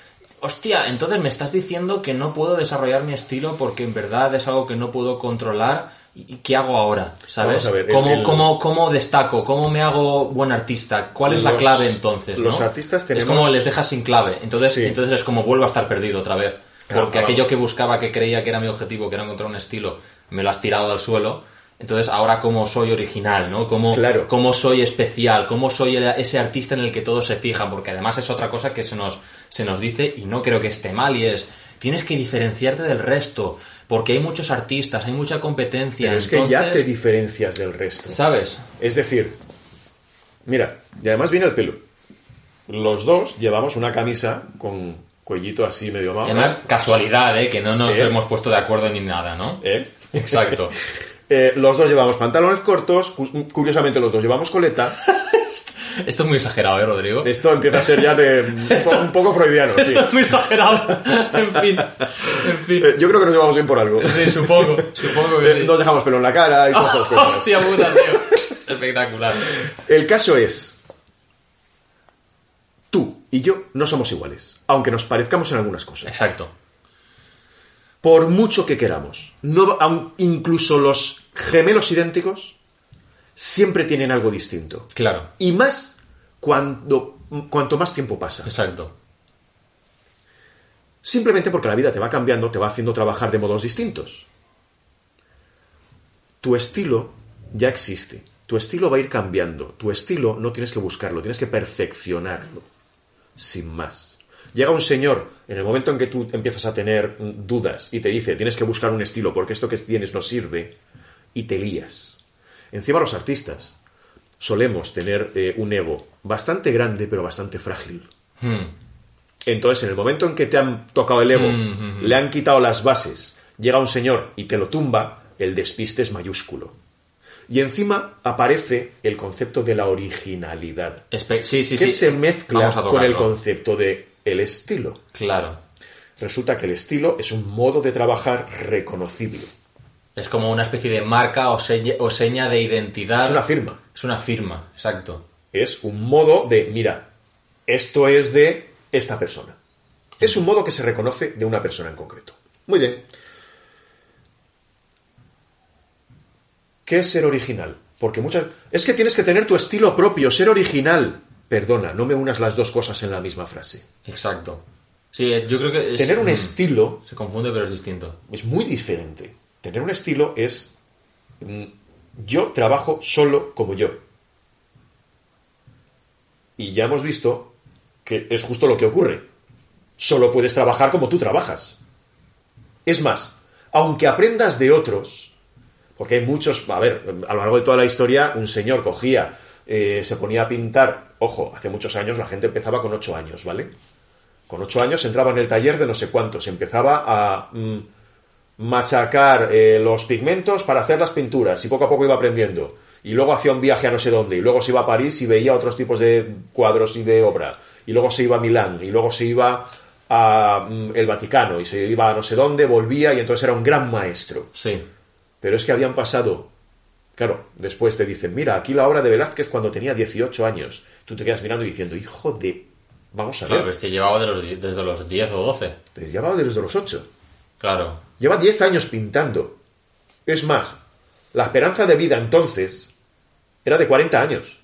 hostia, entonces me estás diciendo que no puedo desarrollar mi estilo porque en verdad es algo que no puedo controlar. ¿Y qué hago ahora? ¿Sabes? Vamos a ver, ¿Cómo, el- el- cómo, ¿Cómo destaco? ¿Cómo me hago buen artista? ¿Cuál es la Los- clave entonces? los ¿no? artistas tenemos- Es como les dejas sin clave. Entonces, Sí. entonces es como vuelvo a estar perdido otra vez. Claro, Porque claro. aquello que buscaba, que creía que era mi objetivo, que era encontrar un estilo, me lo has tirado al suelo. Entonces, ahora cómo soy original, ¿no? ¿Cómo, Claro. cómo soy especial? ¿Cómo soy el- ese artista en el que todos se fijan? Porque además es otra cosa que se nos, se nos dice y no creo que esté mal y es, tienes que diferenciarte del resto. Porque hay muchos artistas, hay mucha competencia. Pero es que ya te entonces, diferencias del resto. ¿sabes? Es decir, mira, y además viene el pelo. Los dos llevamos una camisa con cuellito así medio más. Además, casualidad, ¿eh? Que no nos ¿Eh? hemos puesto de acuerdo ni nada, ¿no? ¿Eh? Exacto. Eh, los dos llevamos pantalones cortos, cu- curiosamente los dos llevamos coleta. Esto es muy exagerado, ¿eh, Rodrigo? Esto empieza a ser ya de un poco freudiano, sí. Esto es muy exagerado. En fin. En fin. Eh, Yo creo que nos llevamos bien por algo. Sí, supongo. Supongo que Eh, sí. Nos dejamos pelo en la cara y todas esas cosas. Hostia puta, tío. Espectacular. El caso es, tú y yo no somos iguales, aunque nos parezcamos en algunas cosas. Exacto. Por mucho que queramos, no, aun- incluso los gemelos idénticos siempre tienen algo distinto. Claro. Y más cuando, cuanto más tiempo pasa. Exacto. Simplemente porque la vida te va cambiando, te va haciendo trabajar de modos distintos. Tu estilo ya existe. Tu estilo va a ir cambiando. Tu estilo no tienes que buscarlo, tienes que perfeccionarlo. Sin más. Llega un señor, en el momento en que tú empiezas a tener mm, dudas y te dice, tienes que buscar un estilo porque esto que tienes no sirve, y te lías. Encima los artistas solemos tener eh, un ego bastante grande pero bastante frágil. Hmm. Entonces, en el momento en que te han tocado el ego, Mm, mm, mm. le han quitado las bases, llega un señor y te lo tumba, el despiste es mayúsculo. Y encima aparece el concepto de la originalidad, Espe- sí, sí, que sí. se mezcla Vamos a con el tocarlo. concepto de el estilo. Claro. Resulta que el estilo es un modo de trabajar reconocible. Es como una especie de marca o seña, o seña de identidad. Es una firma. Es una firma, exacto. Es un modo de, mira, esto es de esta persona. Es un modo que se reconoce de una persona en concreto. Muy bien. ¿Qué es ser original? Porque muchas... Es que tienes que tener tu estilo propio, ser original. Perdona, no me unas las dos cosas en la misma frase. Exacto. Sí, es- yo creo que es... Tener un mm, estilo Se confunde, pero es distinto. es muy diferente. Tener un estilo es... mm, Yo trabajo solo como yo. Y ya hemos visto que es justo lo que ocurre. Solo puedes trabajar como tú trabajas. Es más, aunque aprendas de otros, porque hay muchos... A ver, a lo largo de toda la historia, un señor cogía, eh, se ponía a pintar... Ojo, hace muchos años la gente empezaba con ocho años, ¿vale? Con ocho años entraba en el taller de no sé cuántos, empezaba a mm, machacar eh, los pigmentos para hacer las pinturas y poco a poco iba aprendiendo. Y luego hacía un viaje a no sé dónde, y luego se iba a París y veía otros tipos de cuadros y de obra. Y luego se iba a Milán, y luego se iba a mm, el Vaticano, y se iba a no sé dónde, volvía, y entonces era un gran maestro. Sí. Pero es que habían pasado... Claro, después te dicen, mira, aquí la obra de Velázquez cuando tenía dieciocho años. Tú te quedas mirando y diciendo, hijo de... Vamos a Claro, ver. es que llevaba de los, die- desde los diez o doce. Te llevaba desde los ocho. Claro. Lleva diez años pintando. Es más, la esperanza de vida entonces era de cuarenta años.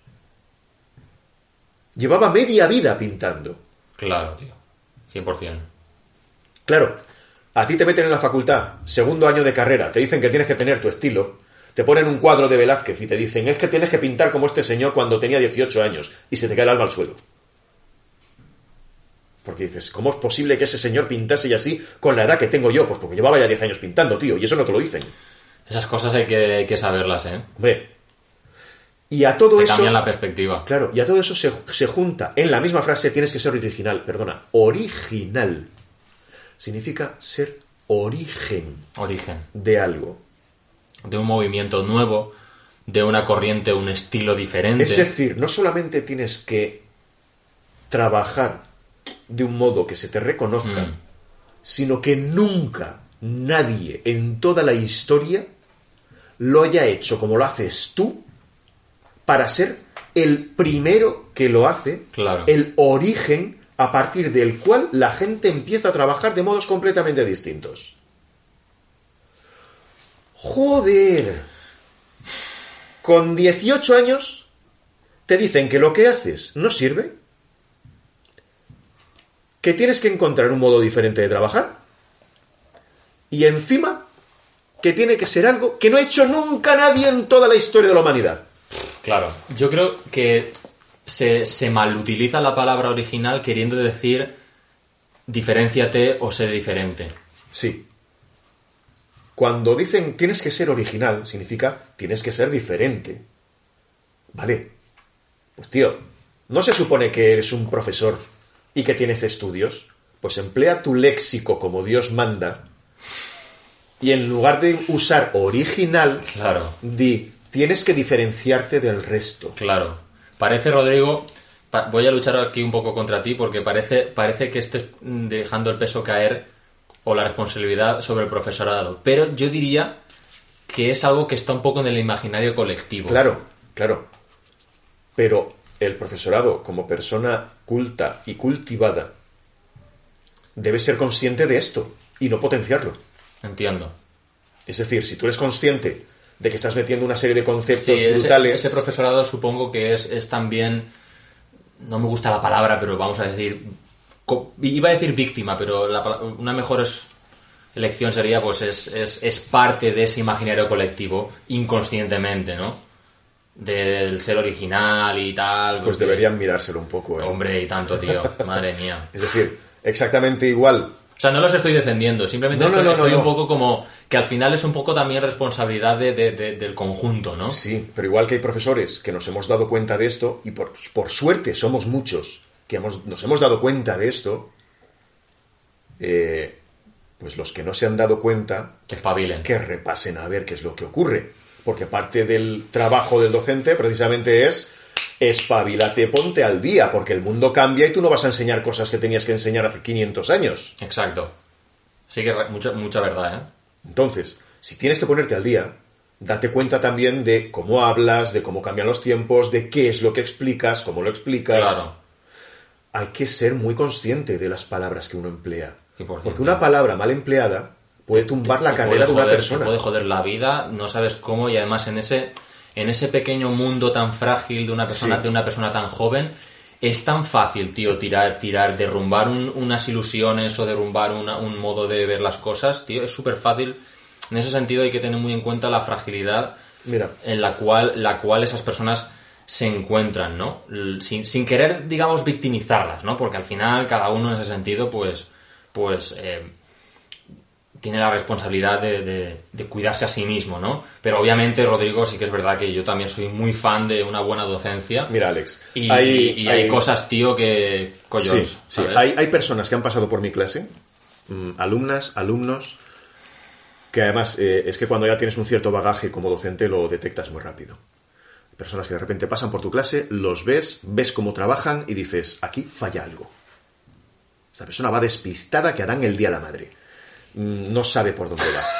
Llevaba media vida pintando. Claro, tío. cien por ciento. Claro, a ti te meten en la facultad, segundo año de carrera, te dicen que tienes que tener tu estilo, te ponen un cuadro de Velázquez y te dicen, es que tienes que pintar como este señor cuando tenía dieciocho años, y se te cae el alma al suelo. Porque dices, ¿cómo es posible que ese señor pintase y así con la edad que tengo yo? Pues porque llevaba ya diez años pintando, tío, y eso no te lo dicen. Esas cosas hay que, hay que saberlas, ¿eh? Hombre. Y a todo Te eso... cambian la perspectiva. Claro, y a todo eso se, se junta en la misma frase, tienes que ser original, perdona, original. Significa ser origen Origen. de algo. De un movimiento nuevo, de una corriente, un estilo diferente. Es decir, no solamente tienes que trabajar de un modo que se te reconozca, Mm. sino que nunca nadie en toda la historia lo haya hecho como lo haces tú para ser el primero que lo hace, Claro. el origen a partir del cual la gente empieza a trabajar de modos completamente distintos. ¡Joder! Con dieciocho años te dicen que lo que haces no sirve, que tienes que encontrar un modo diferente de trabajar y encima que tiene que ser algo que no ha hecho nunca nadie en toda la historia de la humanidad. Claro, yo creo que se, se malutiliza la palabra original queriendo decir diferénciate o sé diferente. Sí. Cuando dicen tienes que ser original, significa tienes que ser diferente. Vale. Pues tío, ¿no se supone que eres un profesor y que tienes estudios? Pues emplea tu léxico como Dios manda y en lugar de usar original, claro, di tienes que diferenciarte del resto. Claro. Parece, Rodrigo, pa- voy a luchar aquí un poco contra ti porque parece, parece que estés dejando el peso caer o la responsabilidad sobre el profesorado. Pero yo diría que es algo que está un poco en el imaginario colectivo. Claro, claro. Pero el profesorado, como persona culta y cultivada, debe ser consciente de esto y no potenciarlo. Entiendo. Es decir, si tú eres consciente de que estás metiendo una serie de conceptos Sí, ese, brutales... ese profesorado supongo que es, es también... No me gusta la palabra, pero vamos a decir... co- Iba a decir víctima, pero la, pala- una mejor es- elección sería, pues, es, es, es parte de ese imaginario colectivo inconscientemente, ¿no? Del ser original y tal. Pues porque- deberían mirárselo un poco, ¿eh? Hombre, y tanto, tío. Madre mía. Es decir, exactamente igual... O sea, no los estoy defendiendo, simplemente No, no, estoy, no, no, estoy no. un poco como... Que al final es un poco también responsabilidad de, de- de- del conjunto, ¿no? Sí, pero igual que hay profesores que nos hemos dado cuenta de esto, y por, por suerte somos muchos que hemos, nos hemos dado cuenta de esto, eh, pues los que no se han dado cuenta, Que espabilen. que repasen a ver qué es lo que ocurre. Porque parte del trabajo del docente precisamente es espabilate, ponte al día, porque el mundo cambia y tú no vas a enseñar cosas que tenías que enseñar hace quinientos años. Exacto. Sí que es re- mucha, mucha verdad, ¿eh? Entonces, si tienes que ponerte al día, date cuenta también de cómo hablas, de cómo cambian los tiempos, de qué es lo que explicas, cómo lo explicas. Claro. Hay que ser muy consciente de las palabras que uno emplea. cien por ciento. Porque una palabra mal empleada puede tumbar la Te carrera de puede una joder- persona. te puede joder la vida, no sabes cómo, y además en ese, en ese pequeño mundo tan frágil de una persona, Sí. de una persona tan joven, es tan fácil, tío, tirar, tirar, derrumbar un- unas ilusiones o derrumbar una- un modo de ver las cosas, tío, es súper fácil. En ese sentido hay que tener muy en cuenta la fragilidad Mira, en la cual, la cual esas personas se encuentran, ¿no? L- Sin, sin querer, digamos, victimizarlas, ¿no? Porque al final cada uno en ese sentido, pues, pues eh, tiene la responsabilidad de, de- de cuidarse a sí mismo, ¿no? Pero obviamente, Rodrigo, sí que es verdad que yo también soy muy fan de una buena docencia. mira, Alex. Y hay, y- y hay cosas, tío, que... Sí, Collons, sí. ¿sabes? Hay, hay personas que han pasado por mi clase, mm, alumnas, alumnos, que además eh, es que cuando ya tienes un cierto bagaje como docente lo detectas muy rápido. Personas que de repente pasan por tu clase, los ves, ves cómo trabajan y dices, aquí falla algo. Esta persona va despistada que harán el día a la madre. Mm, No sabe por dónde va.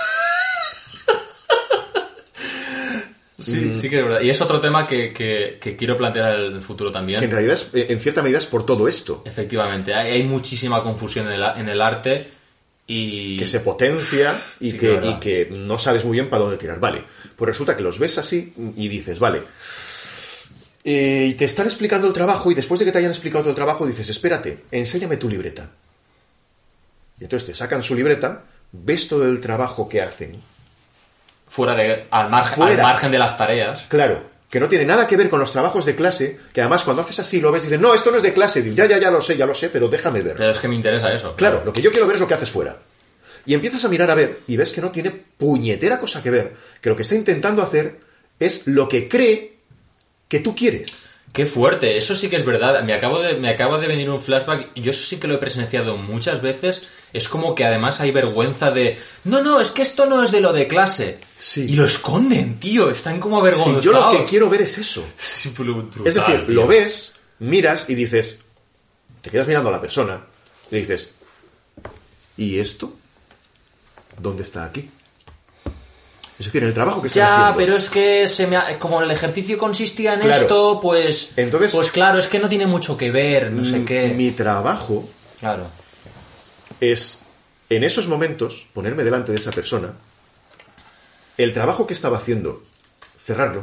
Sí, sí que es verdad. Y es otro tema que, que- que quiero plantear en el futuro también. Que en realidad, es, eh, en cierta medida, es por todo esto. Efectivamente, hay, hay muchísima confusión en el, en el arte y... Que se potencia y, Sí, que, es verdad. y que no sabes muy bien para dónde tirar. Vale, pues resulta que los ves así y dices, vale. Eh, y te están explicando el trabajo y después de que te hayan explicado todo el trabajo dices, espérate, enséñame tu libreta. Y entonces te sacan su libreta, ves todo el trabajo que hacen. Fuera de... Al margen, Fuera. al margen de las tareas. Claro, que no tiene nada que ver con los trabajos de clase, que además cuando haces así lo ves y dices, no, esto no es de clase. Dices, ya, ya, ya lo sé, ya lo sé, pero déjame ver. Pero es que me interesa eso. Claro, lo que yo quiero ver es lo que haces fuera. Y empiezas a mirar a ver y ves que no tiene puñetera cosa que ver, que lo que está intentando hacer es lo que cree que tú quieres. Qué fuerte, eso sí que es verdad. Me acabo de, me acaba de venir un flashback y yo eso sí que lo he presenciado muchas veces. Es como que además hay vergüenza de... No, no, es que esto no es de lo de clase. Sí. Y lo esconden, tío. Están como avergonzados. Si yo lo que quiero ver es eso. Sí, bru- brutal, Es decir, tío. lo ves, miras y dices, te quedas mirando a la persona y dices, ¿y esto? ¿Dónde está aquí? Es decir, en el trabajo que están Ya, haciendo. pero es que se me ha- como el ejercicio consistía en Claro. esto, pues... Entonces- pues claro, es que no tiene mucho que ver, no sé Mm, qué. Mi trabajo Claro. es, en esos momentos, ponerme delante de esa persona, el trabajo que estaba haciendo, cerrarlo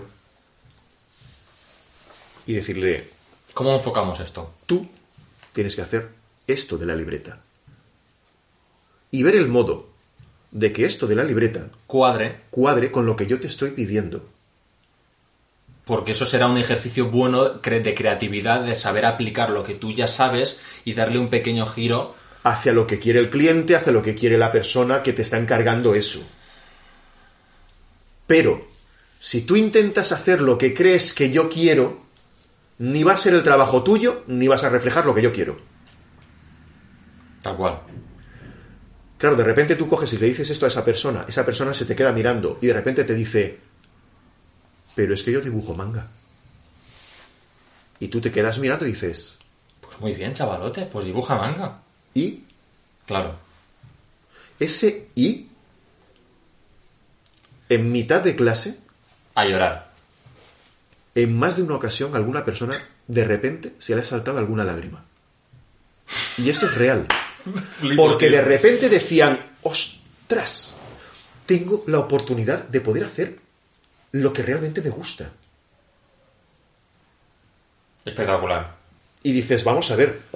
y decirle, ¿Cómo enfocamos esto? tú tienes que hacer esto de la libreta. Y ver el modo de que esto de la libreta Cuadre, cuadre con lo que yo te estoy pidiendo. porque eso será un ejercicio bueno cre- de creatividad, de saber aplicar lo que tú ya sabes y darle un pequeño giro. Hacia lo que quiere el cliente, hacia lo que quiere la persona que te está encargando eso. Pero, si tú intentas hacer lo que crees que yo quiero, ni va a ser el trabajo tuyo, ni vas a reflejar lo que yo quiero. Tal cual. Claro, de repente tú coges y le dices esto a esa persona, esa persona se te queda mirando y de repente te dice, pero es que yo dibujo manga. Y tú te quedas mirando y dices, Pues muy bien, chavalote, pues dibuja manga. ¿y? Claro. Ese ¿y? En mitad de clase, A llorar. en más de una ocasión, a alguna persona, de repente, se le ha saltado alguna lágrima. Y esto es real. Porque de repente decían, ostras, tengo la oportunidad de poder hacer lo que realmente me gusta. Espectacular. Y dices, vamos a ver.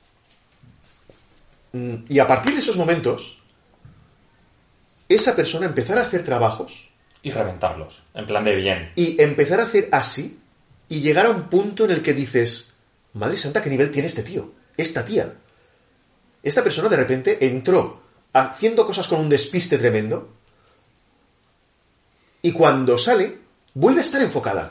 Mm, Y a partir de esos momentos, esa persona empezar a hacer trabajos Y reventarlos. En plan de bien. y empezar a hacer así y llegar a un punto en el que dices, madre santa, ¿qué nivel tiene este tío? Esta tía. Esta persona de repente entró haciendo cosas con un despiste tremendo y cuando sale vuelve a estar enfocada.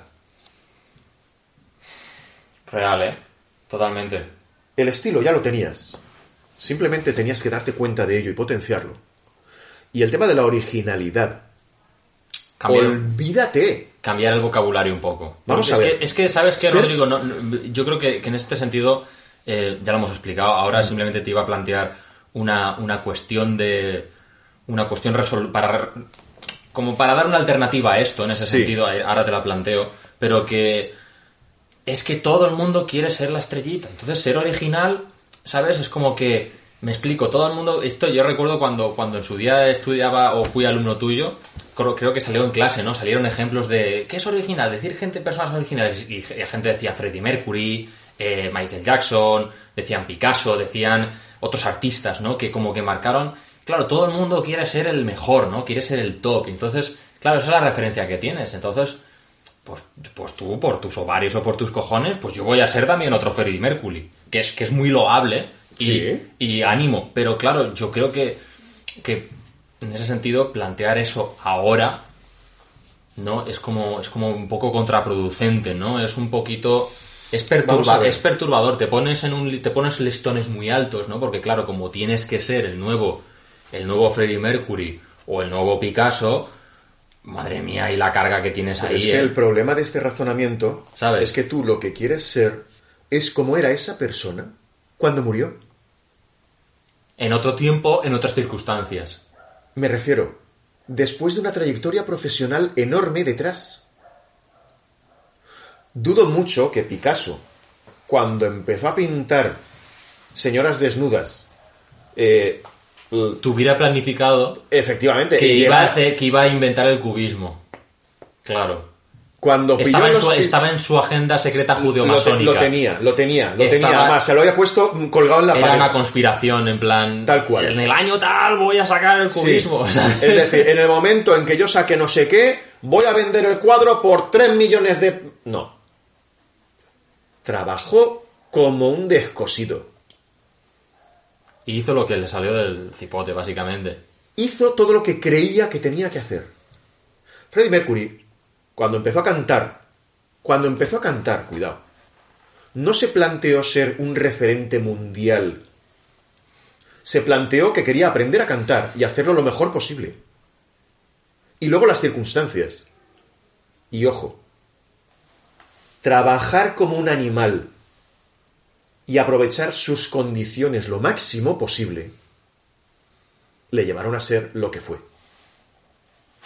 Real, ¿eh? Totalmente. El estilo ya lo tenías. Simplemente tenías que darte cuenta de ello y potenciarlo. Y el tema de la originalidad. Cambiar, Olvídate. cambiar el vocabulario un poco. Vamos es a ver. Que, es que, ¿sabes qué, Ser- Rodrigo? No, no, yo creo que, que en este sentido, eh, ya lo hemos explicado, ahora simplemente te iba a plantear una, una cuestión de... Una cuestión resol para como para dar una alternativa a esto, en ese Sí. sentido, ahora te la planteo, pero que es que todo el mundo quiere ser la estrellita. Entonces, ser original, ¿sabes? Es como que, me explico, todo el mundo... Esto yo recuerdo cuando, cuando en su día estudiaba o fui alumno tuyo, creo, creo que salió en clase, ¿no? Salieron ejemplos de... ¿Qué es original? Decir gente, personas originales. Y, y gente decía Freddie Mercury, eh, Michael Jackson, decían Picasso, decían otros artistas, ¿no? Que como que marcaron... Claro, todo el mundo quiere ser el mejor, ¿no? Quiere ser el top. Entonces, claro, esa es la referencia que tienes. Entonces... Pues, pues tú, por tus ovarios o por tus cojones, pues yo voy a ser también otro Freddie Mercury, que es, que es muy loable y, Sí. y ánimo. Pero claro, yo creo que, que en ese sentido plantear eso ahora, ¿no? Es como, es como un poco contraproducente, ¿no? Es un poquito... Es, Vamos a perturba, ver. es perturbador, te pones en un li- te pones listones muy altos, ¿no? Porque claro, como tienes que ser el nuevo, el nuevo Freddie Mercury o el nuevo Picasso... Madre mía, y la carga que tienes Pero ahí, es que ¿eh? el problema de este razonamiento ¿Sabes? es que tú lo que quieres ser es como era esa persona cuando murió. En otro tiempo, en otras circunstancias. Me refiero, después de una trayectoria profesional enorme detrás. Dudo mucho que Picasso, cuando empezó a pintar señoras desnudas, eh, l- Tuviera planificado efectivamente, que y iba, a era- hacer- que iba a inventar el cubismo. Claro. cuando pilló Estaba en, los su, pi- estaba en su agenda secreta lo, judeo-masónica. te- lo tenía, lo tenía, lo Estaba- tenía. Además, se lo había puesto mm, colgado en la Era pared. una conspiración, en plan... Tal cual. En el año tal voy a sacar el Sí. cubismo. ¿sabes? Es decir, en el momento en que yo saque no sé qué, voy a vender el cuadro por tres millones de... No. Trabajó como un descosido. Y hizo lo que le salió del cipote, básicamente. Hizo todo lo que creía que tenía que hacer. Freddie Mercury, cuando empezó a cantar, cuando empezó a cantar, cuidado, no se planteó ser un referente mundial. Se planteó que quería aprender a cantar y hacerlo lo mejor posible. Y luego las circunstancias. Y ojo, trabajar como un animal y aprovechar sus condiciones lo máximo posible le llevaron a ser lo que fue.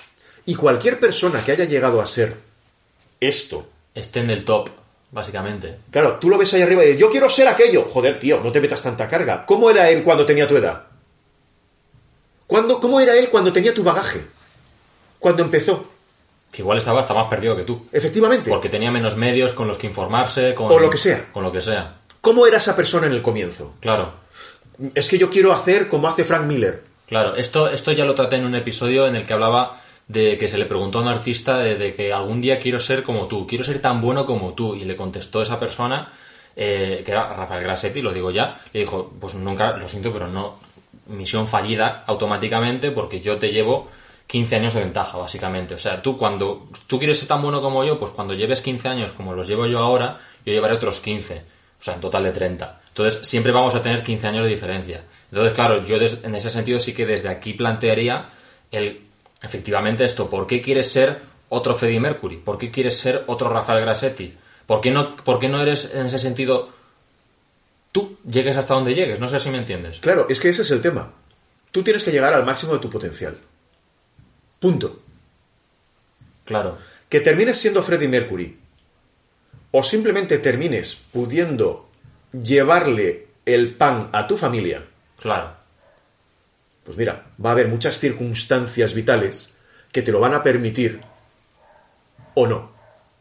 Y cualquier persona que haya llegado a ser esto... Esté en el top, básicamente. Claro, tú lo ves ahí arriba y dices, yo quiero ser aquello. Joder, tío, no te metas tanta carga. ¿Cómo era él cuando tenía tu edad? ¿Cuándo, ¿Cómo era él cuando tenía tu bagaje? Cuando empezó. Que igual estaba hasta más perdido que tú. Efectivamente. Porque tenía menos medios con los que informarse. Con, o lo que sea. Con lo que sea. ¿Cómo era esa persona en el comienzo? Claro. Es que yo quiero hacer como hace Frank Miller. Claro, esto, esto ya lo traté en un episodio en el que hablaba de que se le preguntó a un artista de, de que algún día quiero ser como tú, quiero ser tan bueno como tú. Y le contestó esa persona, eh, que era Rafael Grassetti, lo digo ya, le dijo, pues nunca, lo siento, pero no, misión fallida automáticamente porque yo te llevo quince años de ventaja, básicamente. O sea, tú cuando tú quieres ser tan bueno como yo, pues cuando lleves quince años como los llevo yo ahora, yo llevaré otros quince. O sea, en total de treinta. Entonces, siempre vamos a tener quince años de diferencia. Entonces, claro, yo des, en ese sentido sí que desde aquí plantearía el, efectivamente esto. ¿Por qué quieres ser otro Freddie Mercury? ¿Por qué quieres ser otro Rafael Grassetti? ¿Por qué no, por qué no eres, en ese sentido, tú llegues hasta donde llegues? No sé si me entiendes. Claro, es que ese es el tema. Tú tienes que llegar al máximo de tu potencial. Punto. Claro. Que termines siendo Freddie Mercury o simplemente termines pudiendo llevarle el pan a tu familia. Claro. Pues mira, va a haber muchas circunstancias vitales que te lo van a permitir o no.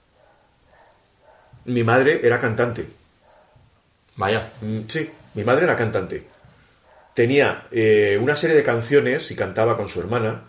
Mi madre era cantante. Vaya. Sí, mi madre era cantante. Tenía eh, una serie de canciones y cantaba con su hermana.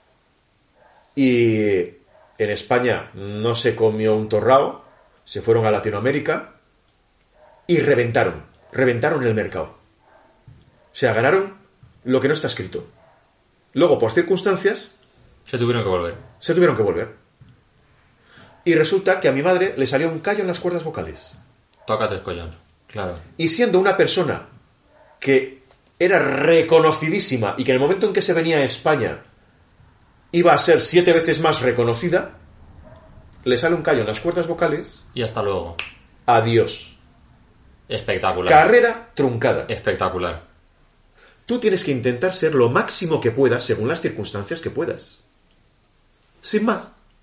Y en España no se comió un torrao, se fueron a Latinoamérica y reventaron, reventaron el mercado. O sea, ganaron lo que no está escrito. Luego, por circunstancias, Se tuvieron que volver. se tuvieron que volver. Y resulta que a mi madre le salió un callo en las cuerdas vocales. Tócate, collón. Claro. Y siendo una persona que era reconocidísima y que en el momento en que se venía a España iba a ser siete veces más reconocida, le sale un callo en las cuerdas vocales. Y hasta luego. Adiós. Espectacular. Carrera truncada. Espectacular. Tú tienes que intentar ser lo máximo que puedas según las circunstancias que puedas. Sin más.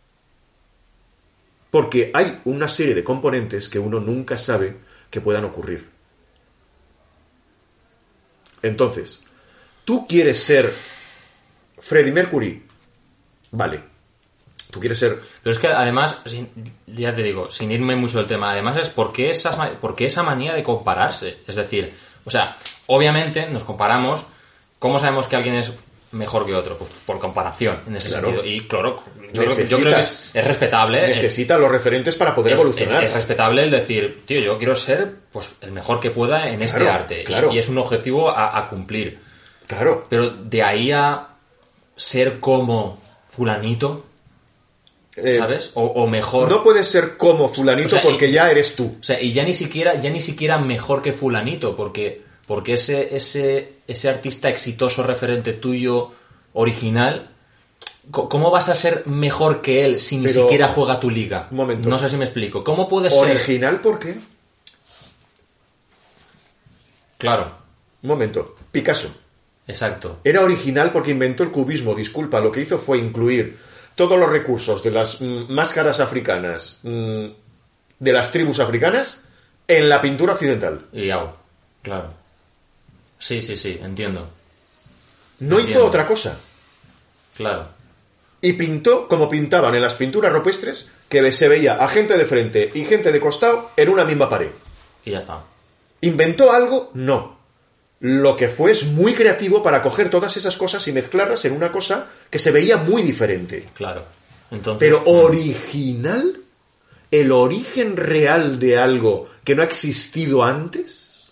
Porque hay una serie de componentes que uno nunca sabe que puedan ocurrir. Entonces, ¿tú quieres ser Freddie Mercury? Vale. Tú quieres ser... Pero es que además, sin- ya te digo, sin irme mucho del tema, además es por qué, esas, ma- por qué esa manía de compararse. Es decir, o sea, obviamente nos comparamos. ¿Cómo sabemos que alguien es mejor que otro? Pues por comparación, en ese Claro. sentido. Y claro, yo, creo, yo creo que es, Necesitas- es respetable. eh, Necesita los referentes para poder es, evolucionar. es- es respetable el decir, tío, yo quiero ser pues el mejor que pueda en este Claro, arte. Y- claro. Y, es un objetivo a, a cumplir. Claro. Pero de ahí a ser como fulanito, Eh, ¿sabes? O, o mejor. No puedes ser como fulanito O sea, porque y- ya eres tú. O sea, y ya ni siquiera, ya ni siquiera mejor que fulanito, porque, porque ese, ese, ese artista exitoso referente tuyo, original, co- ¿cómo vas a ser mejor que él si ni Pero- siquiera juega tu liga? Un momento. No sé si me explico. ¿Cómo puedes ser? ¿Original por qué? Claro, Un momento. Picasso. exacto. Era original porque inventó el cubismo. Disculpa, lo que hizo fue incluir todos los recursos de las mm, máscaras africanas, mm, de las tribus africanas, en la pintura occidental. Y hago, claro. Sí, sí, sí, entiendo. No Entiendo. hizo otra cosa. Claro. Y pintó como pintaban en las pinturas rupestres, que se veía a gente de frente y gente de costado en una misma pared. Y ya está. ¿Inventó algo? No. Lo que fue es muy creativo para coger todas esas cosas y mezclarlas en una cosa que se veía muy diferente. Claro. Entonces, Pero original, el origen real de algo que no ha existido antes.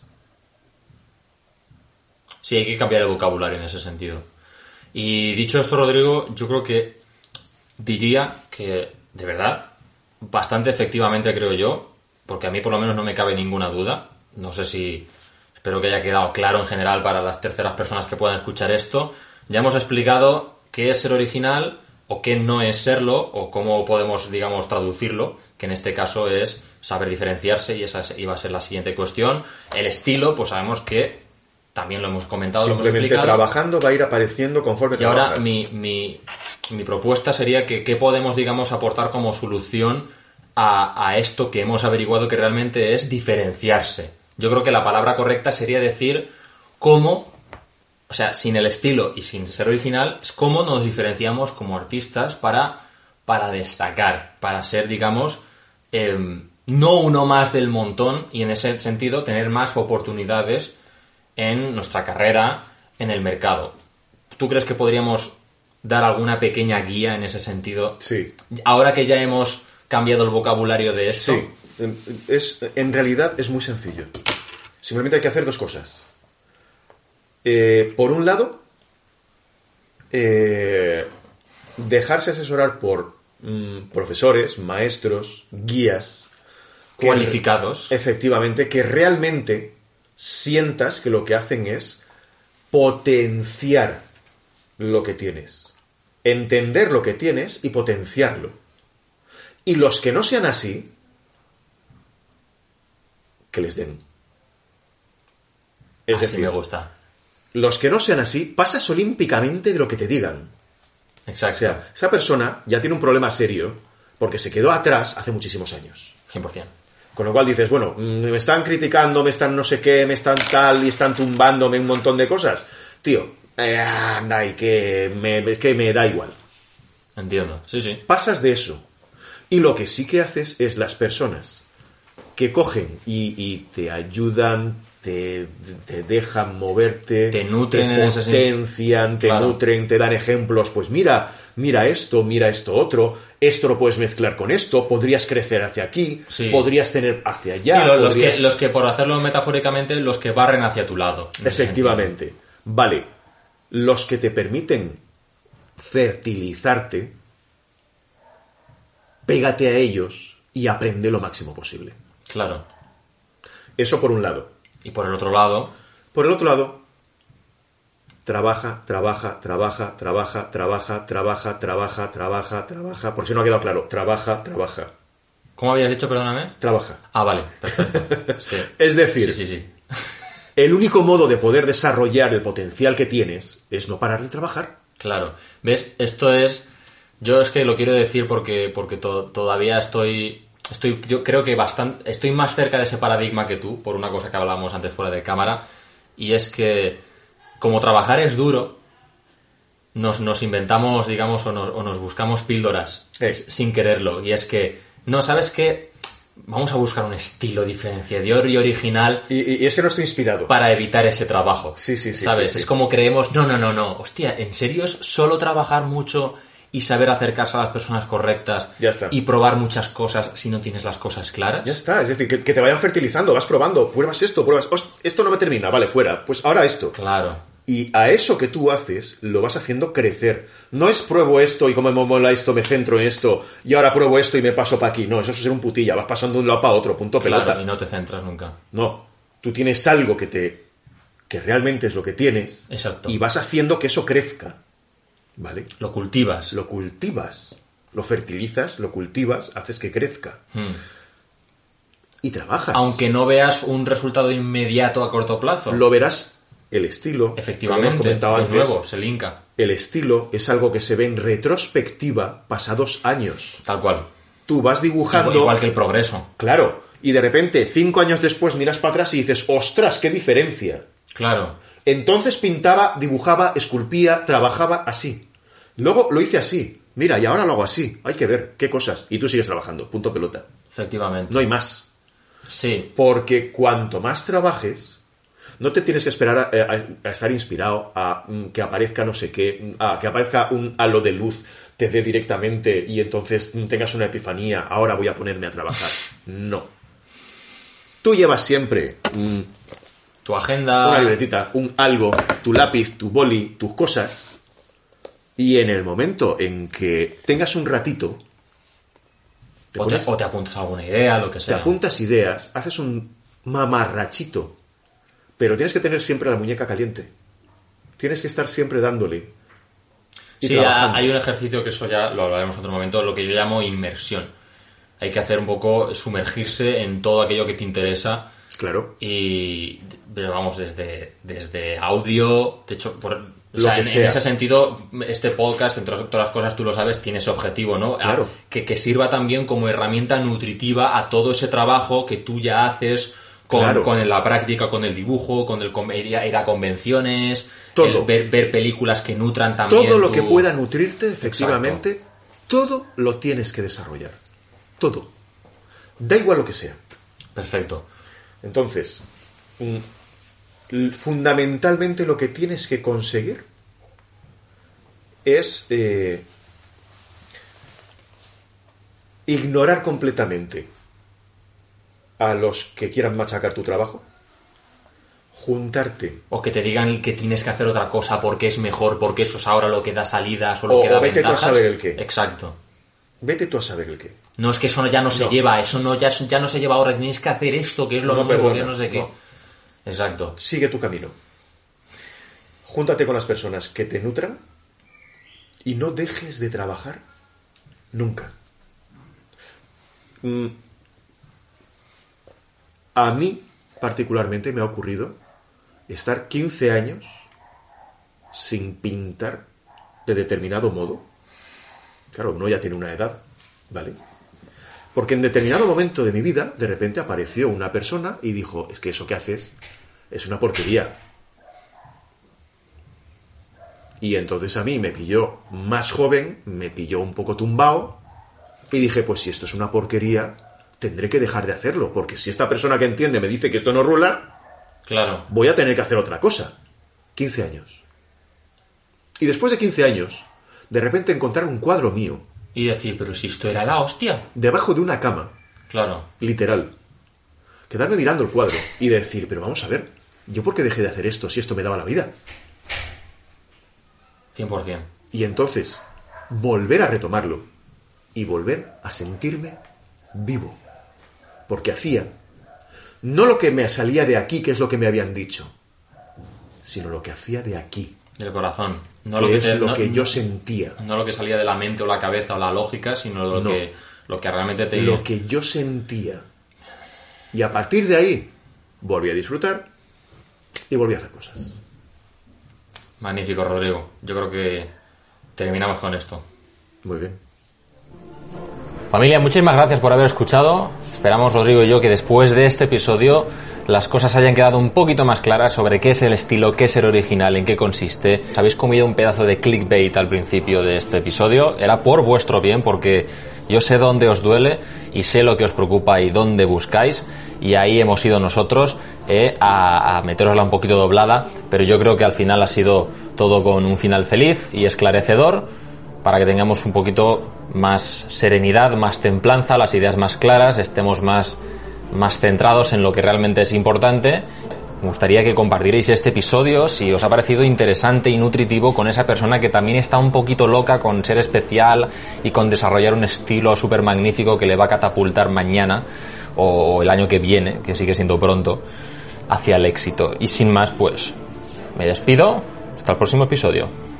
sí, hay que cambiar el vocabulario en ese sentido. Y dicho esto, Rodrigo, yo creo que diría que, de verdad, bastante efectivamente creo yo, porque a mí por lo menos no me cabe ninguna duda, no sé si, espero que haya quedado claro en general para las terceras personas que puedan escuchar esto, ya hemos explicado qué es ser original o qué no es serlo, o cómo podemos, digamos, traducirlo, que en este caso es saber diferenciarse, y esa iba a ser la siguiente cuestión. El estilo, pues sabemos que también lo hemos comentado, lo hemos Simplemente explicado. trabajando va a ir apareciendo conforme Y trabajas. ahora mi, mi, mi propuesta sería que qué podemos, digamos, aportar como solución a, a esto que hemos averiguado que realmente es diferenciarse. Yo creo que la palabra correcta sería decir cómo, o sea, sin el estilo y sin ser original, es cómo nos diferenciamos como artistas para, para destacar, para ser, digamos, eh, no uno más del montón y en ese sentido tener más oportunidades en nuestra carrera, en el mercado. ¿Tú crees que podríamos dar alguna pequeña guía en ese sentido? Sí. Ahora que ya hemos cambiado el vocabulario de esto. Sí. Es, en realidad es muy sencillo. Simplemente hay que hacer dos cosas. Eh, por un lado, eh, dejarse asesorar por mm, profesores, maestros, guías. que- Cualificados. Efectivamente, que realmente sientas que lo que hacen es potenciar lo que tienes. Entender lo que tienes y potenciarlo. Y los que no sean así, que les den. Es Así decir, me gusta. los que no sean así, pasas olímpicamente de lo que te digan. Exacto. O sea, esa persona ya tiene un problema serio porque se quedó atrás hace muchísimos años. cien por ciento. Con lo cual dices, bueno, me están criticando, me están no sé qué, me están tal y están tumbándome un montón de cosas. Tío, eh, anda, y que me, es que me da igual. Entiendo. Sí, sí. Pasas de eso. Y lo que sí que haces es las personas que cogen y, y te ayudan, te, te dejan moverte, Te nutren te en ese sentido. potencian, te Claro. nutren, te dan ejemplos. Pues mira, mira esto, mira esto otro, esto lo puedes mezclar con esto, podrías crecer hacia aquí, Sí. podrías tener hacia allá. Sí, lo- los, podrías- que, los que, por hacerlo metafóricamente, los que barren hacia tu lado. en ese Efectivamente. Vale. Los que te permiten fertilizarte, pégate a ellos y aprende lo máximo posible. sentido. Claro. Eso por un lado. Y por el otro lado, Por el otro lado, trabaja, trabaja, trabaja, trabaja, trabaja, trabaja, trabaja, trabaja, trabaja. Por si no ha quedado claro, trabaja, trabaja, ¿cómo habías dicho, perdóname? trabaja. Ah, vale, perfecto. Es, que- Es decir, sí, sí, sí. el único modo de poder desarrollar el potencial que tienes es no parar de trabajar. Claro. ¿Ves? Esto es... Yo es que lo quiero decir porque, porque to- todavía estoy... Estoy, yo creo que bastante, estoy más cerca de ese paradigma que tú, por una cosa que hablábamos antes fuera de cámara, y es que como trabajar es duro, nos, nos inventamos, digamos, o nos, o nos buscamos píldoras Sí. sin quererlo, y es que, no, ¿sabes qué? Vamos a buscar un estilo diferenciador y original Y, y- y es que no estoy inspirado. para evitar ese trabajo. Sí, sí, sí, ¿Sabes? sí, sí. Es como creemos, no, no, no, no, hostia, ¿en serio es solo trabajar mucho y saber acercarse a las personas correctas Ya está. y probar muchas cosas si no tienes las cosas claras? Ya está, es decir, que, que te vayan fertilizando, vas probando, pruebas esto, pruebas... "Host, esto no me termina, vale, fuera, pues ahora esto. Claro, Y a eso que tú haces, lo vas haciendo crecer. No es pruebo esto y como me mola esto, me centro en esto, y ahora pruebo esto y me paso para aquí. No, eso es ser un putilla, vas pasando de un lado para otro, punto pelota. claro, y no te centras nunca. No, tú tienes algo que te que realmente es lo que tienes. Exacto. Y vas haciendo que eso crezca. ¿Vale? Lo cultivas. Lo cultivas, lo fertilizas, lo cultivas, haces que crezca. Hmm. Y trabajas. Aunque no veas un resultado inmediato a corto plazo. Lo verás, el estilo. como hemos Efectivamente, comentado de antes, nuevo, se linka. el estilo es algo que se ve en retrospectiva pasados años. Tal cual. Tú vas dibujando... Igual, igual que el progreso. Claro. Y de repente, cinco años después, miras para atrás y dices, ¡ostras, qué diferencia! Claro. Entonces pintaba, dibujaba, esculpía, trabajaba así. Luego lo hice así. Mira, y ahora lo hago así. Hay que ver qué cosas. Y tú sigues trabajando. Punto pelota. Efectivamente. No hay más. Sí. Porque cuanto más trabajes, no te tienes que esperar a, a- a estar inspirado, a mm, que aparezca no sé qué, a que aparezca un halo de luz, te dé directamente y entonces mm, tengas una epifanía, ahora voy a ponerme a trabajar. No. Tú llevas siempre mm, Tu agenda... una libretita, un algo, tu lápiz, tu boli, tus cosas, y en el momento en que tengas un ratito, te, O te, pones- o te apuntas a alguna idea, lo que te sea. apuntas ideas, haces un mamarrachito, pero tienes que tener siempre la muñeca caliente. Tienes que estar siempre dándole. y Sí, trabajando. hay un ejercicio que eso ya lo hablaremos en otro momento, lo que yo llamo inmersión. Hay que hacer un poco, sumergirse en todo aquello que te interesa Claro. Y, pero vamos, desde, desde audio, de hecho, por, o Lo sea, que en, sea. en ese sentido, este podcast, entre todas las cosas, tú lo sabes, tiene ese objetivo, ¿no? Claro. A- que, que sirva también como herramienta nutritiva a todo ese trabajo que tú ya haces con, Claro. con la práctica, con el dibujo, con el con- ir a, ir a convenciones, Todo. el ver, ver películas que nutran también. Todo lo tu- que pueda nutrirte, efectivamente, todo lo tienes que desarrollar. Todo. Da igual lo que sea. Perfecto. Entonces, mm, l- fundamentalmente lo que tienes que conseguir es eh, ignorar completamente a los que quieran machacar tu trabajo, juntarte O que te digan que tienes que hacer otra cosa porque es mejor, porque eso es ahora lo que da salidas o lo O- que da o vete tú a ventajas. saber el qué. Exacto. Vete tú a saber el qué. No, es que eso ya no se No. lleva, eso no ya, ya no se lleva ahora, tienes que hacer esto, que es lo No, nuevo, perdona, que no sé qué. no. Exacto. Sigue tu camino. Júntate con las personas que te nutran y no dejes de trabajar nunca. Mm. A mí, particularmente, me ha ocurrido estar quince años sin pintar de determinado modo. Claro, uno ya tiene una edad, ¿vale? Porque en determinado momento de mi vida, de repente apareció una persona y dijo, es que eso que haces es una porquería. Y entonces a mí me pilló más joven, me pilló un poco tumbado y dije, pues si esto es una porquería, tendré que dejar de hacerlo, porque si esta persona que entiende me dice que esto no rula, Claro. voy a tener que hacer otra cosa. quince años. Y después de quince años, de repente encontrar un cuadro mío Y decir, pero si esto era la hostia. debajo de una cama, Claro. literal. Quedarme mirando el cuadro y decir, pero vamos a ver, ¿yo por qué dejé de hacer esto si esto me daba la vida? cien por ciento. Y entonces, volver a retomarlo y volver a sentirme vivo. Porque hacía no lo que me salía de aquí, que es lo que me habían dicho, sino lo que hacía de aquí, Del corazón. No que lo que, es te- lo no- que yo no- sentía. No lo que salía de la mente o la cabeza o la lógica, sino lo, No. que, lo que realmente te... Lo que yo sentía. Y a partir de ahí, volví a disfrutar y volví a hacer cosas. Magnífico, Rodrigo. Yo creo que terminamos con esto. Muy bien. Familia, muchísimas gracias por haber escuchado. Esperamos, Rodrigo y yo, que después de este episodio las cosas hayan quedado un poquito más claras sobre qué es el estilo, qué es ser original, en qué consiste. Habéis comido un pedazo de clickbait al principio de este episodio. Era por vuestro bien, porque yo sé dónde os duele y sé lo que os preocupa y dónde buscáis. Y ahí hemos ido nosotros eh, a, a meterosla un poquito doblada. Pero yo creo que al final ha sido todo con un final feliz y esclarecedor, para que tengamos un poquito más serenidad, más templanza, las ideas más claras, estemos más, más centrados en lo que realmente es importante. Me gustaría que compartierais este episodio si os ha parecido interesante y nutritivo con esa persona que también está un poquito loca con ser especial y con desarrollar un estilo súper magnífico que le va a catapultar mañana o el año que viene, que sigue siendo pronto, hacia el éxito. Y sin más, pues, me despido. Hasta el próximo episodio.